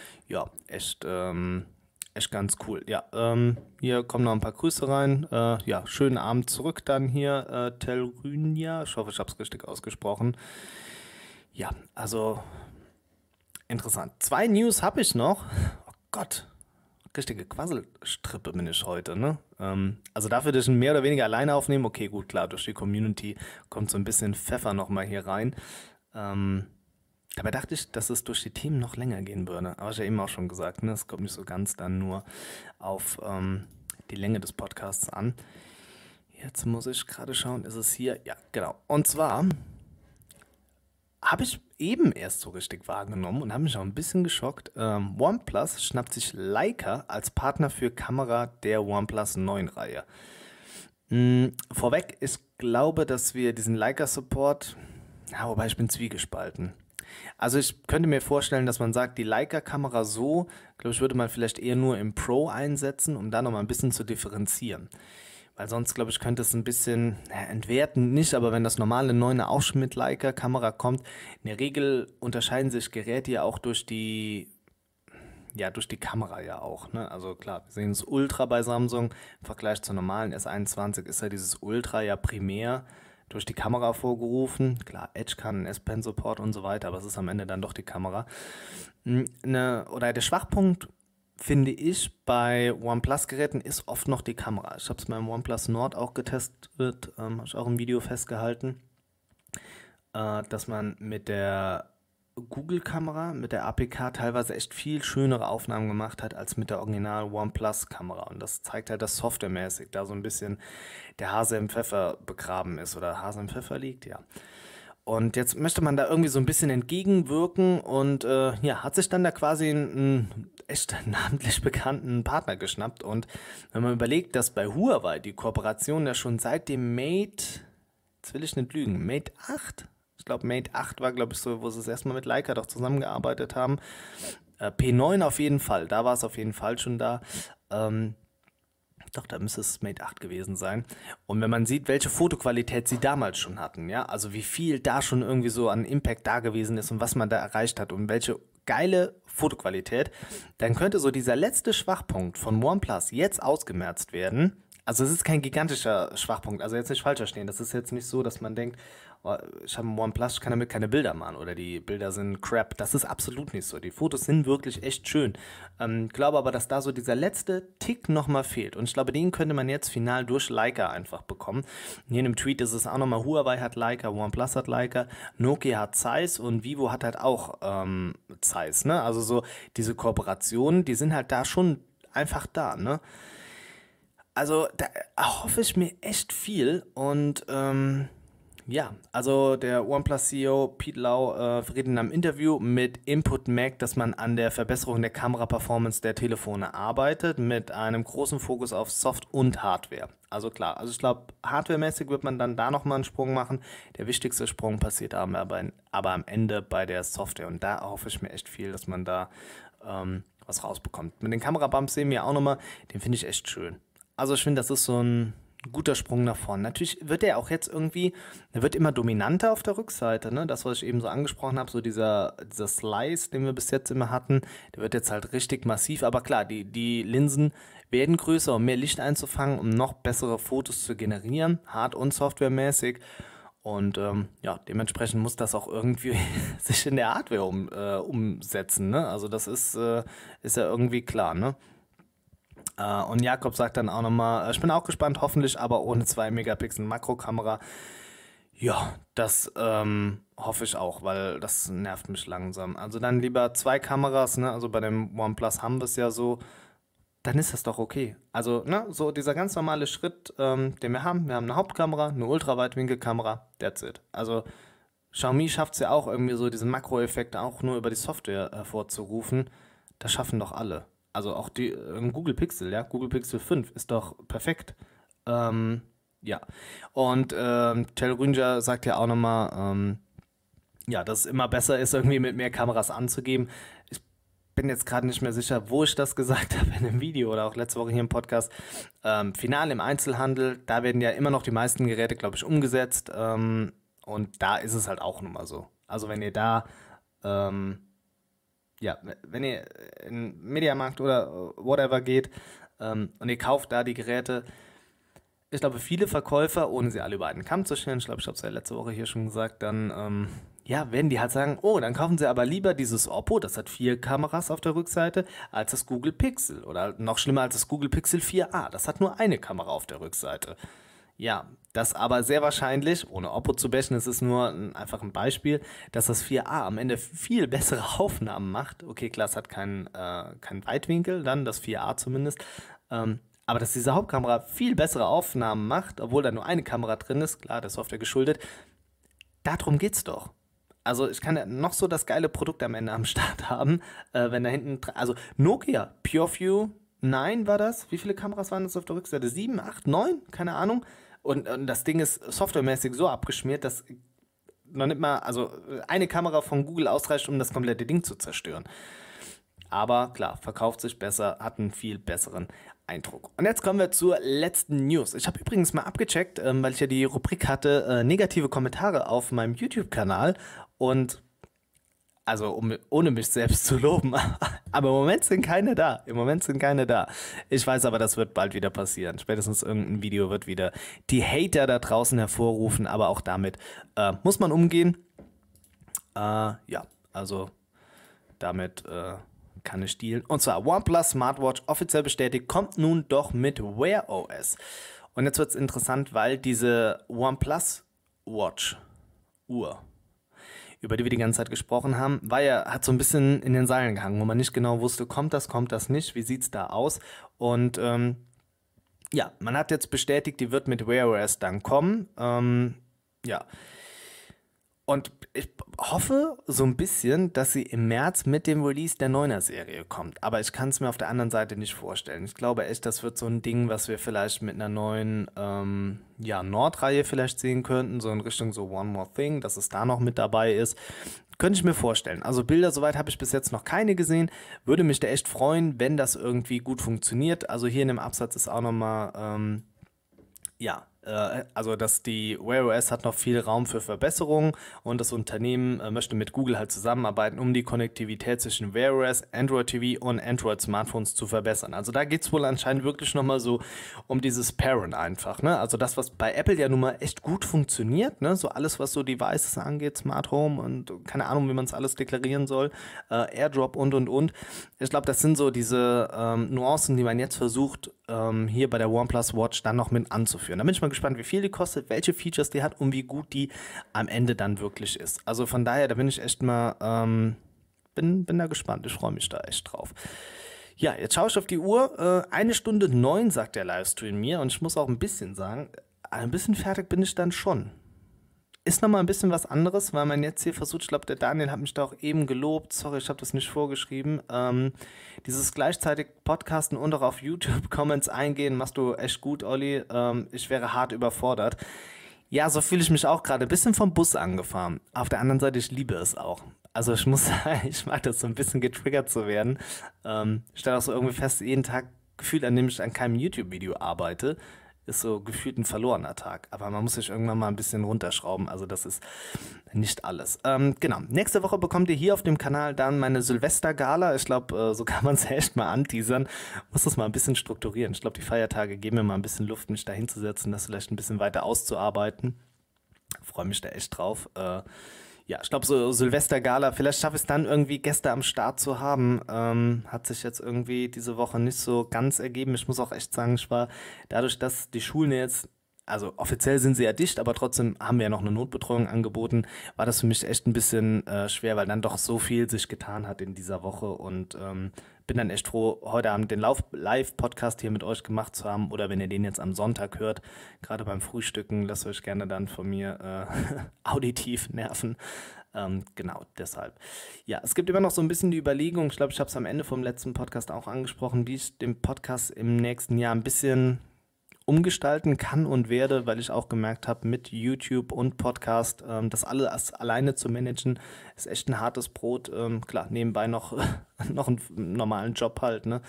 echt ganz cool. Ja, hier kommen noch ein paar Grüße rein. Schönen Abend zurück dann hier, Telrünia. Ich hoffe, ich habe es richtig ausgesprochen. Ja, also interessant. 2 News habe ich noch. Oh Gott, richtige Quasselstrippe bin ich heute, ne? Also dafür, dass ich ihn mehr oder weniger alleine aufnehme. Okay, gut, klar, durch die Community kommt so ein bisschen Pfeffer nochmal hier rein. Dabei dachte ich, dass es durch die Themen noch länger gehen würde. Aber ich habe ja eben auch schon gesagt, ne, es kommt nicht so ganz dann nur auf die Länge des Podcasts an. Jetzt muss ich gerade schauen, ist es hier? Ja, genau. Und zwar habe ich eben erst so richtig wahrgenommen und habe mich auch ein bisschen geschockt. OnePlus schnappt sich Leica als Partner für Kamera der OnePlus 9-Reihe. Vorweg, ich glaube, dass wir diesen Leica-Support, wobei ich bin zwiegespalten. Also ich könnte mir vorstellen, dass man sagt, die Leica-Kamera so, glaube ich, würde man vielleicht eher nur im Pro einsetzen, um da nochmal ein bisschen zu differenzieren. Weil sonst, glaube ich, könnte es ein bisschen entwerten, nicht, aber wenn das normale 9er auch schon mit Leica-Kamera kommt, in der Regel unterscheiden sich Geräte ja auch durch die Kamera ja auch. Ne? Also klar, wir sehen das Ultra bei Samsung, im Vergleich zur normalen S21 ist ja dieses Ultra ja primär durch die Kamera vorgerufen. Klar, Edge kann S-Pen-Support und so weiter, aber es ist am Ende dann doch die Kamera. Der Schwachpunkt, finde ich, bei OnePlus-Geräten ist oft noch die Kamera. Ich habe es beim OnePlus Nord auch getestet, habe ich auch im Video festgehalten, dass man mit der Google-Kamera, mit der APK teilweise echt viel schönere Aufnahmen gemacht hat als mit der Original OnePlus-Kamera. Und das zeigt halt, dass softwaremäßig da so ein bisschen der Hase im Pfeffer begraben ist oder Hase im Pfeffer liegt, ja. Und jetzt möchte man da irgendwie so ein bisschen entgegenwirken und hat sich dann da quasi einen echt namentlich bekannten Partner geschnappt. Und wenn man überlegt, dass bei Huawei die Kooperation ja schon seit dem Mate, jetzt will ich nicht lügen, Mate 8? Ich glaube, Mate 8 war, glaube ich, so, wo sie es erstmal mit Leica doch zusammengearbeitet haben. P9 auf jeden Fall, da war es auf jeden Fall schon da. Da müsste es Mate 8 gewesen sein. Und wenn man sieht, welche Fotoqualität sie damals schon hatten, ja, also wie viel da schon irgendwie so an Impact da gewesen ist und was man da erreicht hat und welche geile Fotoqualität, dann könnte so dieser letzte Schwachpunkt von OnePlus jetzt ausgemerzt werden. Also es ist kein gigantischer Schwachpunkt, also jetzt nicht falsch verstehen. Das ist jetzt nicht so, dass man denkt, ich habe einen OnePlus, ich kann damit keine Bilder machen oder die Bilder sind crap. Das ist absolut nicht so. Die Fotos sind wirklich echt schön. Glaube aber, dass da so dieser letzte Tick nochmal fehlt. Und ich glaube, den könnte man jetzt final durch Leica einfach bekommen. Hier in dem Tweet ist es auch nochmal, Huawei hat Leica, OnePlus hat Leica, Nokia hat Zeiss und Vivo hat halt auch Zeiss. Ne? Also so diese Kooperationen, die sind halt da schon einfach da. Ne? Also da erhoffe ich mir echt viel und ja, also der OnePlus-CEO Pete Lau verrät in einem Interview mit Input Mac, dass man an der Verbesserung der Kameraperformance der Telefone arbeitet, mit einem großen Fokus auf Soft- und Hardware. Also klar, also ich glaube, hardwaremäßig wird man dann da nochmal einen Sprung machen. Der wichtigste Sprung passiert aber am Ende bei der Software und da erhoffe ich mir echt viel, dass man da was rausbekommt. Mit den Kamerabumps sehen wir auch nochmal, den finde ich echt schön. Also ich finde, das ist so ein guter Sprung nach vorne. Natürlich wird er auch jetzt irgendwie, er wird immer dominanter auf der Rückseite, ne? Das, was ich eben so angesprochen habe, so dieser Slice, den wir bis jetzt immer hatten, der wird jetzt halt richtig massiv, aber klar, die Linsen werden größer, um mehr Licht einzufangen, um noch bessere Fotos zu generieren, hard- und softwaremäßig. Und ja, dementsprechend muss das auch irgendwie sich in der Hardware umsetzen, ne? Also das ist ja irgendwie klar, ne? Und Jakob sagt dann auch nochmal, ich bin auch gespannt, hoffentlich aber ohne 2 Megapixel Makrokamera. Ja, das hoffe ich auch, weil das nervt mich langsam. Also dann lieber 2 Kameras, ne? Also bei dem OnePlus haben wir es ja so, dann ist das doch okay. Also, ne, so dieser ganz normale Schritt, den wir haben eine Hauptkamera, eine Ultraweitwinkelkamera, that's it. Also Xiaomi schafft es ja auch irgendwie so, diese Makroeffekte auch nur über die Software hervorzurufen. Das schaffen doch alle. Also auch die Google Pixel, ja, Google Pixel 5 ist doch perfekt. Ja. Und Tel Rünger sagt ja auch nochmal, ja, dass es immer besser ist, irgendwie mit mehr Kameras anzugeben. Ich bin jetzt gerade nicht mehr sicher, wo ich das gesagt habe in einem Video oder auch letzte Woche hier im Podcast. Final im Einzelhandel, da werden ja immer noch die meisten Geräte, glaube ich, umgesetzt. Und da ist es halt auch nochmal so. Also wenn ihr da ja, wenn ihr in den Mediamarkt oder whatever geht und ihr kauft da die Geräte, ich glaube, viele Verkäufer, ohne sie alle über einen Kamm zu scheren, ich glaube, ich habe es ja letzte Woche hier schon gesagt, dann ja, werden die halt sagen, oh, dann kaufen sie aber lieber dieses Oppo, das hat 4 Kameras auf der Rückseite, als das Google Pixel oder noch schlimmer als das Google Pixel 4a, das hat nur eine Kamera auf der Rückseite. Ja, das aber sehr wahrscheinlich, ohne Oppo zu bashen, es ist nur einfach ein Beispiel, dass das 4a am Ende viel bessere Aufnahmen macht. Okay, klar, es hat keinen Weitwinkel, dann das 4a zumindest. Aber dass diese Hauptkamera viel bessere Aufnahmen macht, obwohl da nur eine Kamera drin ist, klar, der Software geschuldet, darum geht's doch. Also ich kann ja noch so das geile Produkt am Ende am Start haben, wenn da hinten, also Nokia, PureView 9 war das. Wie viele Kameras waren das auf der Rückseite? 7, 8, 9? Keine Ahnung. Und das Ding ist softwaremäßig so abgeschmiert, dass noch nicht mal, also eine Kamera von Google ausreicht, um das komplette Ding zu zerstören. Aber klar, verkauft sich besser, hat einen viel besseren Eindruck. Und jetzt kommen wir zur letzten News. Ich habe übrigens mal abgecheckt, weil ich ja die Rubrik hatte, negative Kommentare auf meinem YouTube-Kanal und also ohne mich selbst zu loben, aber im Moment sind keine da. Ich weiß aber, das wird bald wieder passieren. Spätestens irgendein Video wird wieder die Hater da draußen hervorrufen, aber auch damit muss man umgehen. Ja, also damit kann ich dealen. Und zwar OnePlus Smartwatch offiziell bestätigt, kommt nun doch mit Wear OS. Und jetzt wird es interessant, weil diese OnePlus Watch Uhr, über die wir die ganze Zeit gesprochen haben, hat so ein bisschen in den Seilen gehangen, wo man nicht genau wusste, kommt das nicht, wie sieht es da aus? Und ja, man hat jetzt bestätigt, die wird mit Wear OS dann kommen. Ja. Und ich hoffe so ein bisschen, dass sie im März mit dem Release der 9er-Serie kommt. Aber ich kann es mir auf der anderen Seite nicht vorstellen. Ich glaube echt, das wird so ein Ding, was wir vielleicht mit einer neuen Nord-Reihe vielleicht sehen könnten. So in Richtung so One More Thing, dass es da noch mit dabei ist. Könnte ich mir vorstellen. Also Bilder, soweit habe ich bis jetzt noch keine gesehen. Würde mich da echt freuen, wenn das irgendwie gut funktioniert. Also hier in dem Absatz ist auch nochmal Also dass die Wear OS hat noch viel Raum für Verbesserungen und das Unternehmen möchte mit Google halt zusammenarbeiten, um die Konnektivität zwischen Wear OS, Android TV und Android Smartphones zu verbessern. Also da geht es wohl anscheinend wirklich nochmal so um dieses Pairen einfach, ne? Also das, was bei Apple ja nun mal echt gut funktioniert, ne? So alles, was so Devices angeht, Smart Home und keine Ahnung, wie man es alles deklarieren soll, AirDrop und. Ich glaube, das sind so diese Nuancen, die man jetzt versucht, hier bei der OnePlus Watch dann noch mit anzuführen. Da bin ich mal gespannt, wie viel die kostet, welche Features die hat und wie gut die am Ende dann wirklich ist. Also von daher, da bin ich echt mal, bin da gespannt. Ich freue mich da echt drauf. Ja, jetzt schaue ich auf die Uhr. 1:09 sagt der Livestream mir und ich muss auch ein bisschen sagen, ein bisschen fertig bin ich dann schon. Ist nochmal ein bisschen was anderes, weil man jetzt hier versucht, ich glaube, der Daniel hat mich da auch eben gelobt, sorry, ich habe das nicht vorgeschrieben, dieses gleichzeitig Podcasten und auch auf YouTube Comments eingehen, machst du echt gut, Olli, ich wäre hart überfordert. Ja, so fühle ich mich auch gerade, ein bisschen vom Bus angefahren. Auf der anderen Seite, ich liebe es auch. Also ich muss sagen, ich mag das so ein bisschen getriggert zu werden. Ich stelle auch so irgendwie fest, jeden Tag gefühlt, an dem ich an keinem YouTube-Video arbeite, ist so gefühlt ein verlorener Tag. Aber man muss sich irgendwann mal ein bisschen runterschrauben. Also das ist nicht alles. Genau. Nächste Woche bekommt ihr hier auf dem Kanal dann meine Silvester-Gala. Ich glaube, so kann man es echt mal anteasern. Muss das mal ein bisschen strukturieren. Ich glaube, die Feiertage geben mir mal ein bisschen Luft, mich da hinzusetzen, das vielleicht ein bisschen weiter auszuarbeiten. Freue mich da echt drauf. Ja, ich glaube, so Silvester-Gala, vielleicht schaffe ich es dann irgendwie Gäste am Start zu haben. Hat sich jetzt irgendwie diese Woche nicht so ganz ergeben. Ich muss auch echt sagen, ich war dadurch, dass die Schulen jetzt, also offiziell sind sie ja dicht, aber trotzdem haben wir ja noch eine Notbetreuung angeboten, war das für mich echt ein bisschen schwer, weil dann doch so viel sich getan hat in dieser Woche und bin dann echt froh, heute Abend den Live-Podcast hier mit euch gemacht zu haben oder wenn ihr den jetzt am Sonntag hört, gerade beim Frühstücken, lasst euch gerne dann von mir auditiv nerven. Genau, deshalb. Ja, es gibt immer noch so ein bisschen die Überlegung, ich glaube, ich habe es am Ende vom letzten Podcast auch angesprochen, wie ich den Podcast im nächsten Jahr ein bisschen umgestalten kann und werde, weil ich auch gemerkt habe, mit YouTube und Podcast, das alles alleine zu managen, ist echt ein hartes Brot. Klar, nebenbei noch einen normalen Job halt, ne?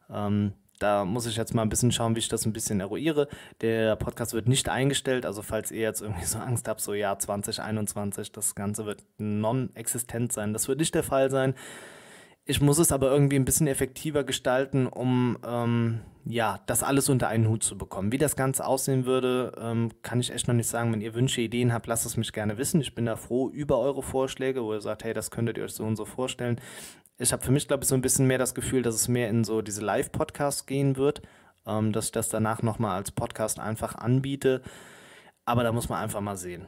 Da muss ich jetzt mal ein bisschen schauen, wie ich das ein bisschen eruiere. Der Podcast wird nicht eingestellt, also falls ihr jetzt irgendwie so Angst habt, so Jahr 2021, das Ganze wird non-existent sein. Das wird nicht der Fall sein. Ich muss es aber irgendwie ein bisschen effektiver gestalten, um ja, das alles unter einen Hut zu bekommen. Wie das Ganze aussehen würde, kann ich echt noch nicht sagen. Wenn ihr Wünsche, Ideen habt, lasst es mich gerne wissen. Ich bin da froh über eure Vorschläge, wo ihr sagt, hey, das könntet ihr euch so und so vorstellen. Ich habe für mich, glaube ich, so ein bisschen mehr das Gefühl, dass es mehr in so diese Live-Podcasts gehen wird, dass ich das danach nochmal als Podcast einfach anbiete. Aber da muss man einfach mal sehen.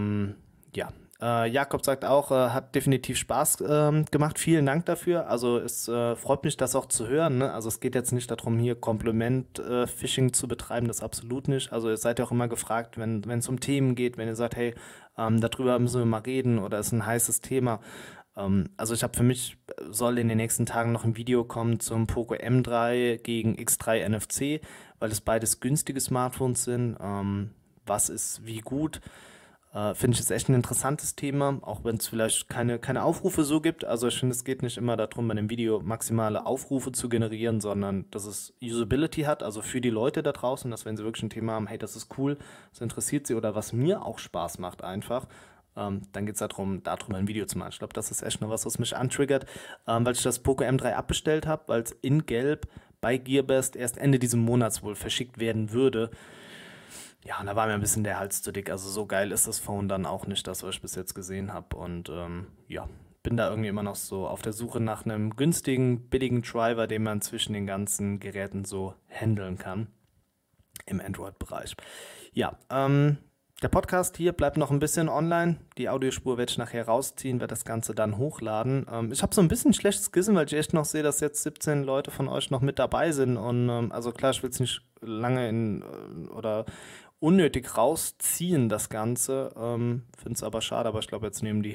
Ja. Jakob sagt auch, hat definitiv Spaß gemacht. Vielen Dank dafür. Also es freut mich, das auch zu hören. Ne? Also es geht jetzt nicht darum, hier Kompliment-Phishing zu betreiben, das absolut nicht. Also ihr seid ja auch immer gefragt, wenn es um Themen geht, wenn ihr sagt, hey, darüber müssen wir mal reden oder ist ein heißes Thema. Also ich habe für mich, soll in den nächsten Tagen noch ein Video kommen zum Poco M3 gegen X3 NFC, weil es beides günstige Smartphones sind. Was ist wie gut? Finde ich jetzt echt ein interessantes Thema, auch wenn es vielleicht keine Aufrufe so gibt. Also ich finde, es geht nicht immer darum, bei einem Video maximale Aufrufe zu generieren, sondern dass es Usability hat, also für die Leute da draußen, dass wenn sie wirklich ein Thema haben, hey, das ist cool, das interessiert sie oder was mir auch Spaß macht einfach, dann geht es darum, ein Video zu machen. Ich glaube, das ist echt noch was mich antriggert, weil ich das Poco M3 abbestellt habe, weil es in Gelb bei Gearbest erst Ende dieses Monats wohl verschickt werden würde. Ja, und da war mir ein bisschen der Hals zu dick. Also so geil ist das Phone dann auch nicht, das was ich bis jetzt gesehen habe. Und ja, bin da irgendwie immer noch so auf der Suche nach einem günstigen, billigen Driver, den man zwischen den ganzen Geräten so handeln kann im Android-Bereich. Ja, der Podcast hier bleibt noch ein bisschen online. Die Audiospur werde ich nachher rausziehen, werde das Ganze dann hochladen. Ich habe so ein bisschen schlechtes Gewissen, weil ich echt noch sehe, dass jetzt 17 Leute von euch noch mit dabei sind. Und also klar, ich will es nicht lange oder unnötig rausziehen, das Ganze. Finde es aber schade, aber ich glaube, jetzt nehmen die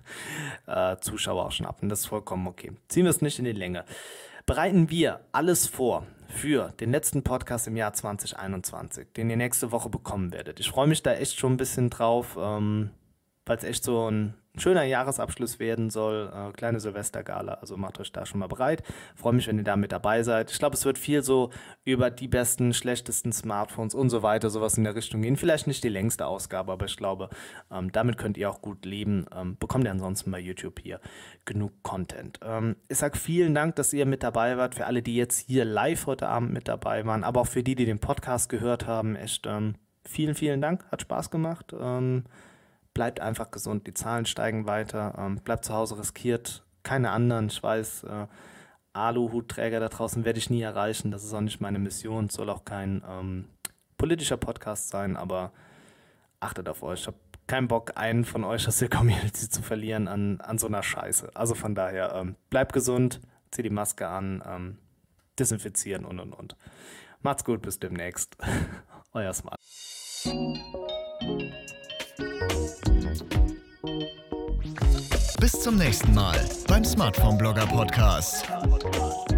Zuschauer auch schon ab und das ist vollkommen okay. Ziehen wir es nicht in die Länge. Bereiten wir alles vor für den letzten Podcast im Jahr 2021, den ihr nächste Woche bekommen werdet. Ich freue mich da echt schon ein bisschen drauf. weil es echt so ein schöner Jahresabschluss werden soll. Kleine Silvestergala, also macht euch da schon mal bereit. Freue mich, wenn ihr da mit dabei seid. Ich glaube, es wird viel so über die besten, schlechtesten Smartphones und so weiter, sowas in der Richtung gehen. Vielleicht nicht die längste Ausgabe, aber ich glaube, damit könnt ihr auch gut leben. Bekommt ihr ansonsten bei YouTube hier genug Content. Ich sage vielen Dank, dass ihr mit dabei wart. Für alle, die jetzt hier live heute Abend mit dabei waren, aber auch für die den Podcast gehört haben. Echt vielen, vielen Dank. Hat Spaß gemacht. Bleibt einfach gesund, die Zahlen steigen weiter, bleibt zu Hause, riskiert keine anderen. Ich weiß, Aluhutträger da draußen werde ich nie erreichen, das ist auch nicht meine Mission, soll auch kein politischer Podcast sein, aber achtet auf euch. Ich habe keinen Bock, einen von euch aus der Community zu verlieren an so einer Scheiße. Also von daher, bleibt gesund, zieht die Maske an, desinfizieren und. Macht's gut, bis demnächst. Euer Smart. Bis zum nächsten Mal beim Smartphone Blogger Podcast.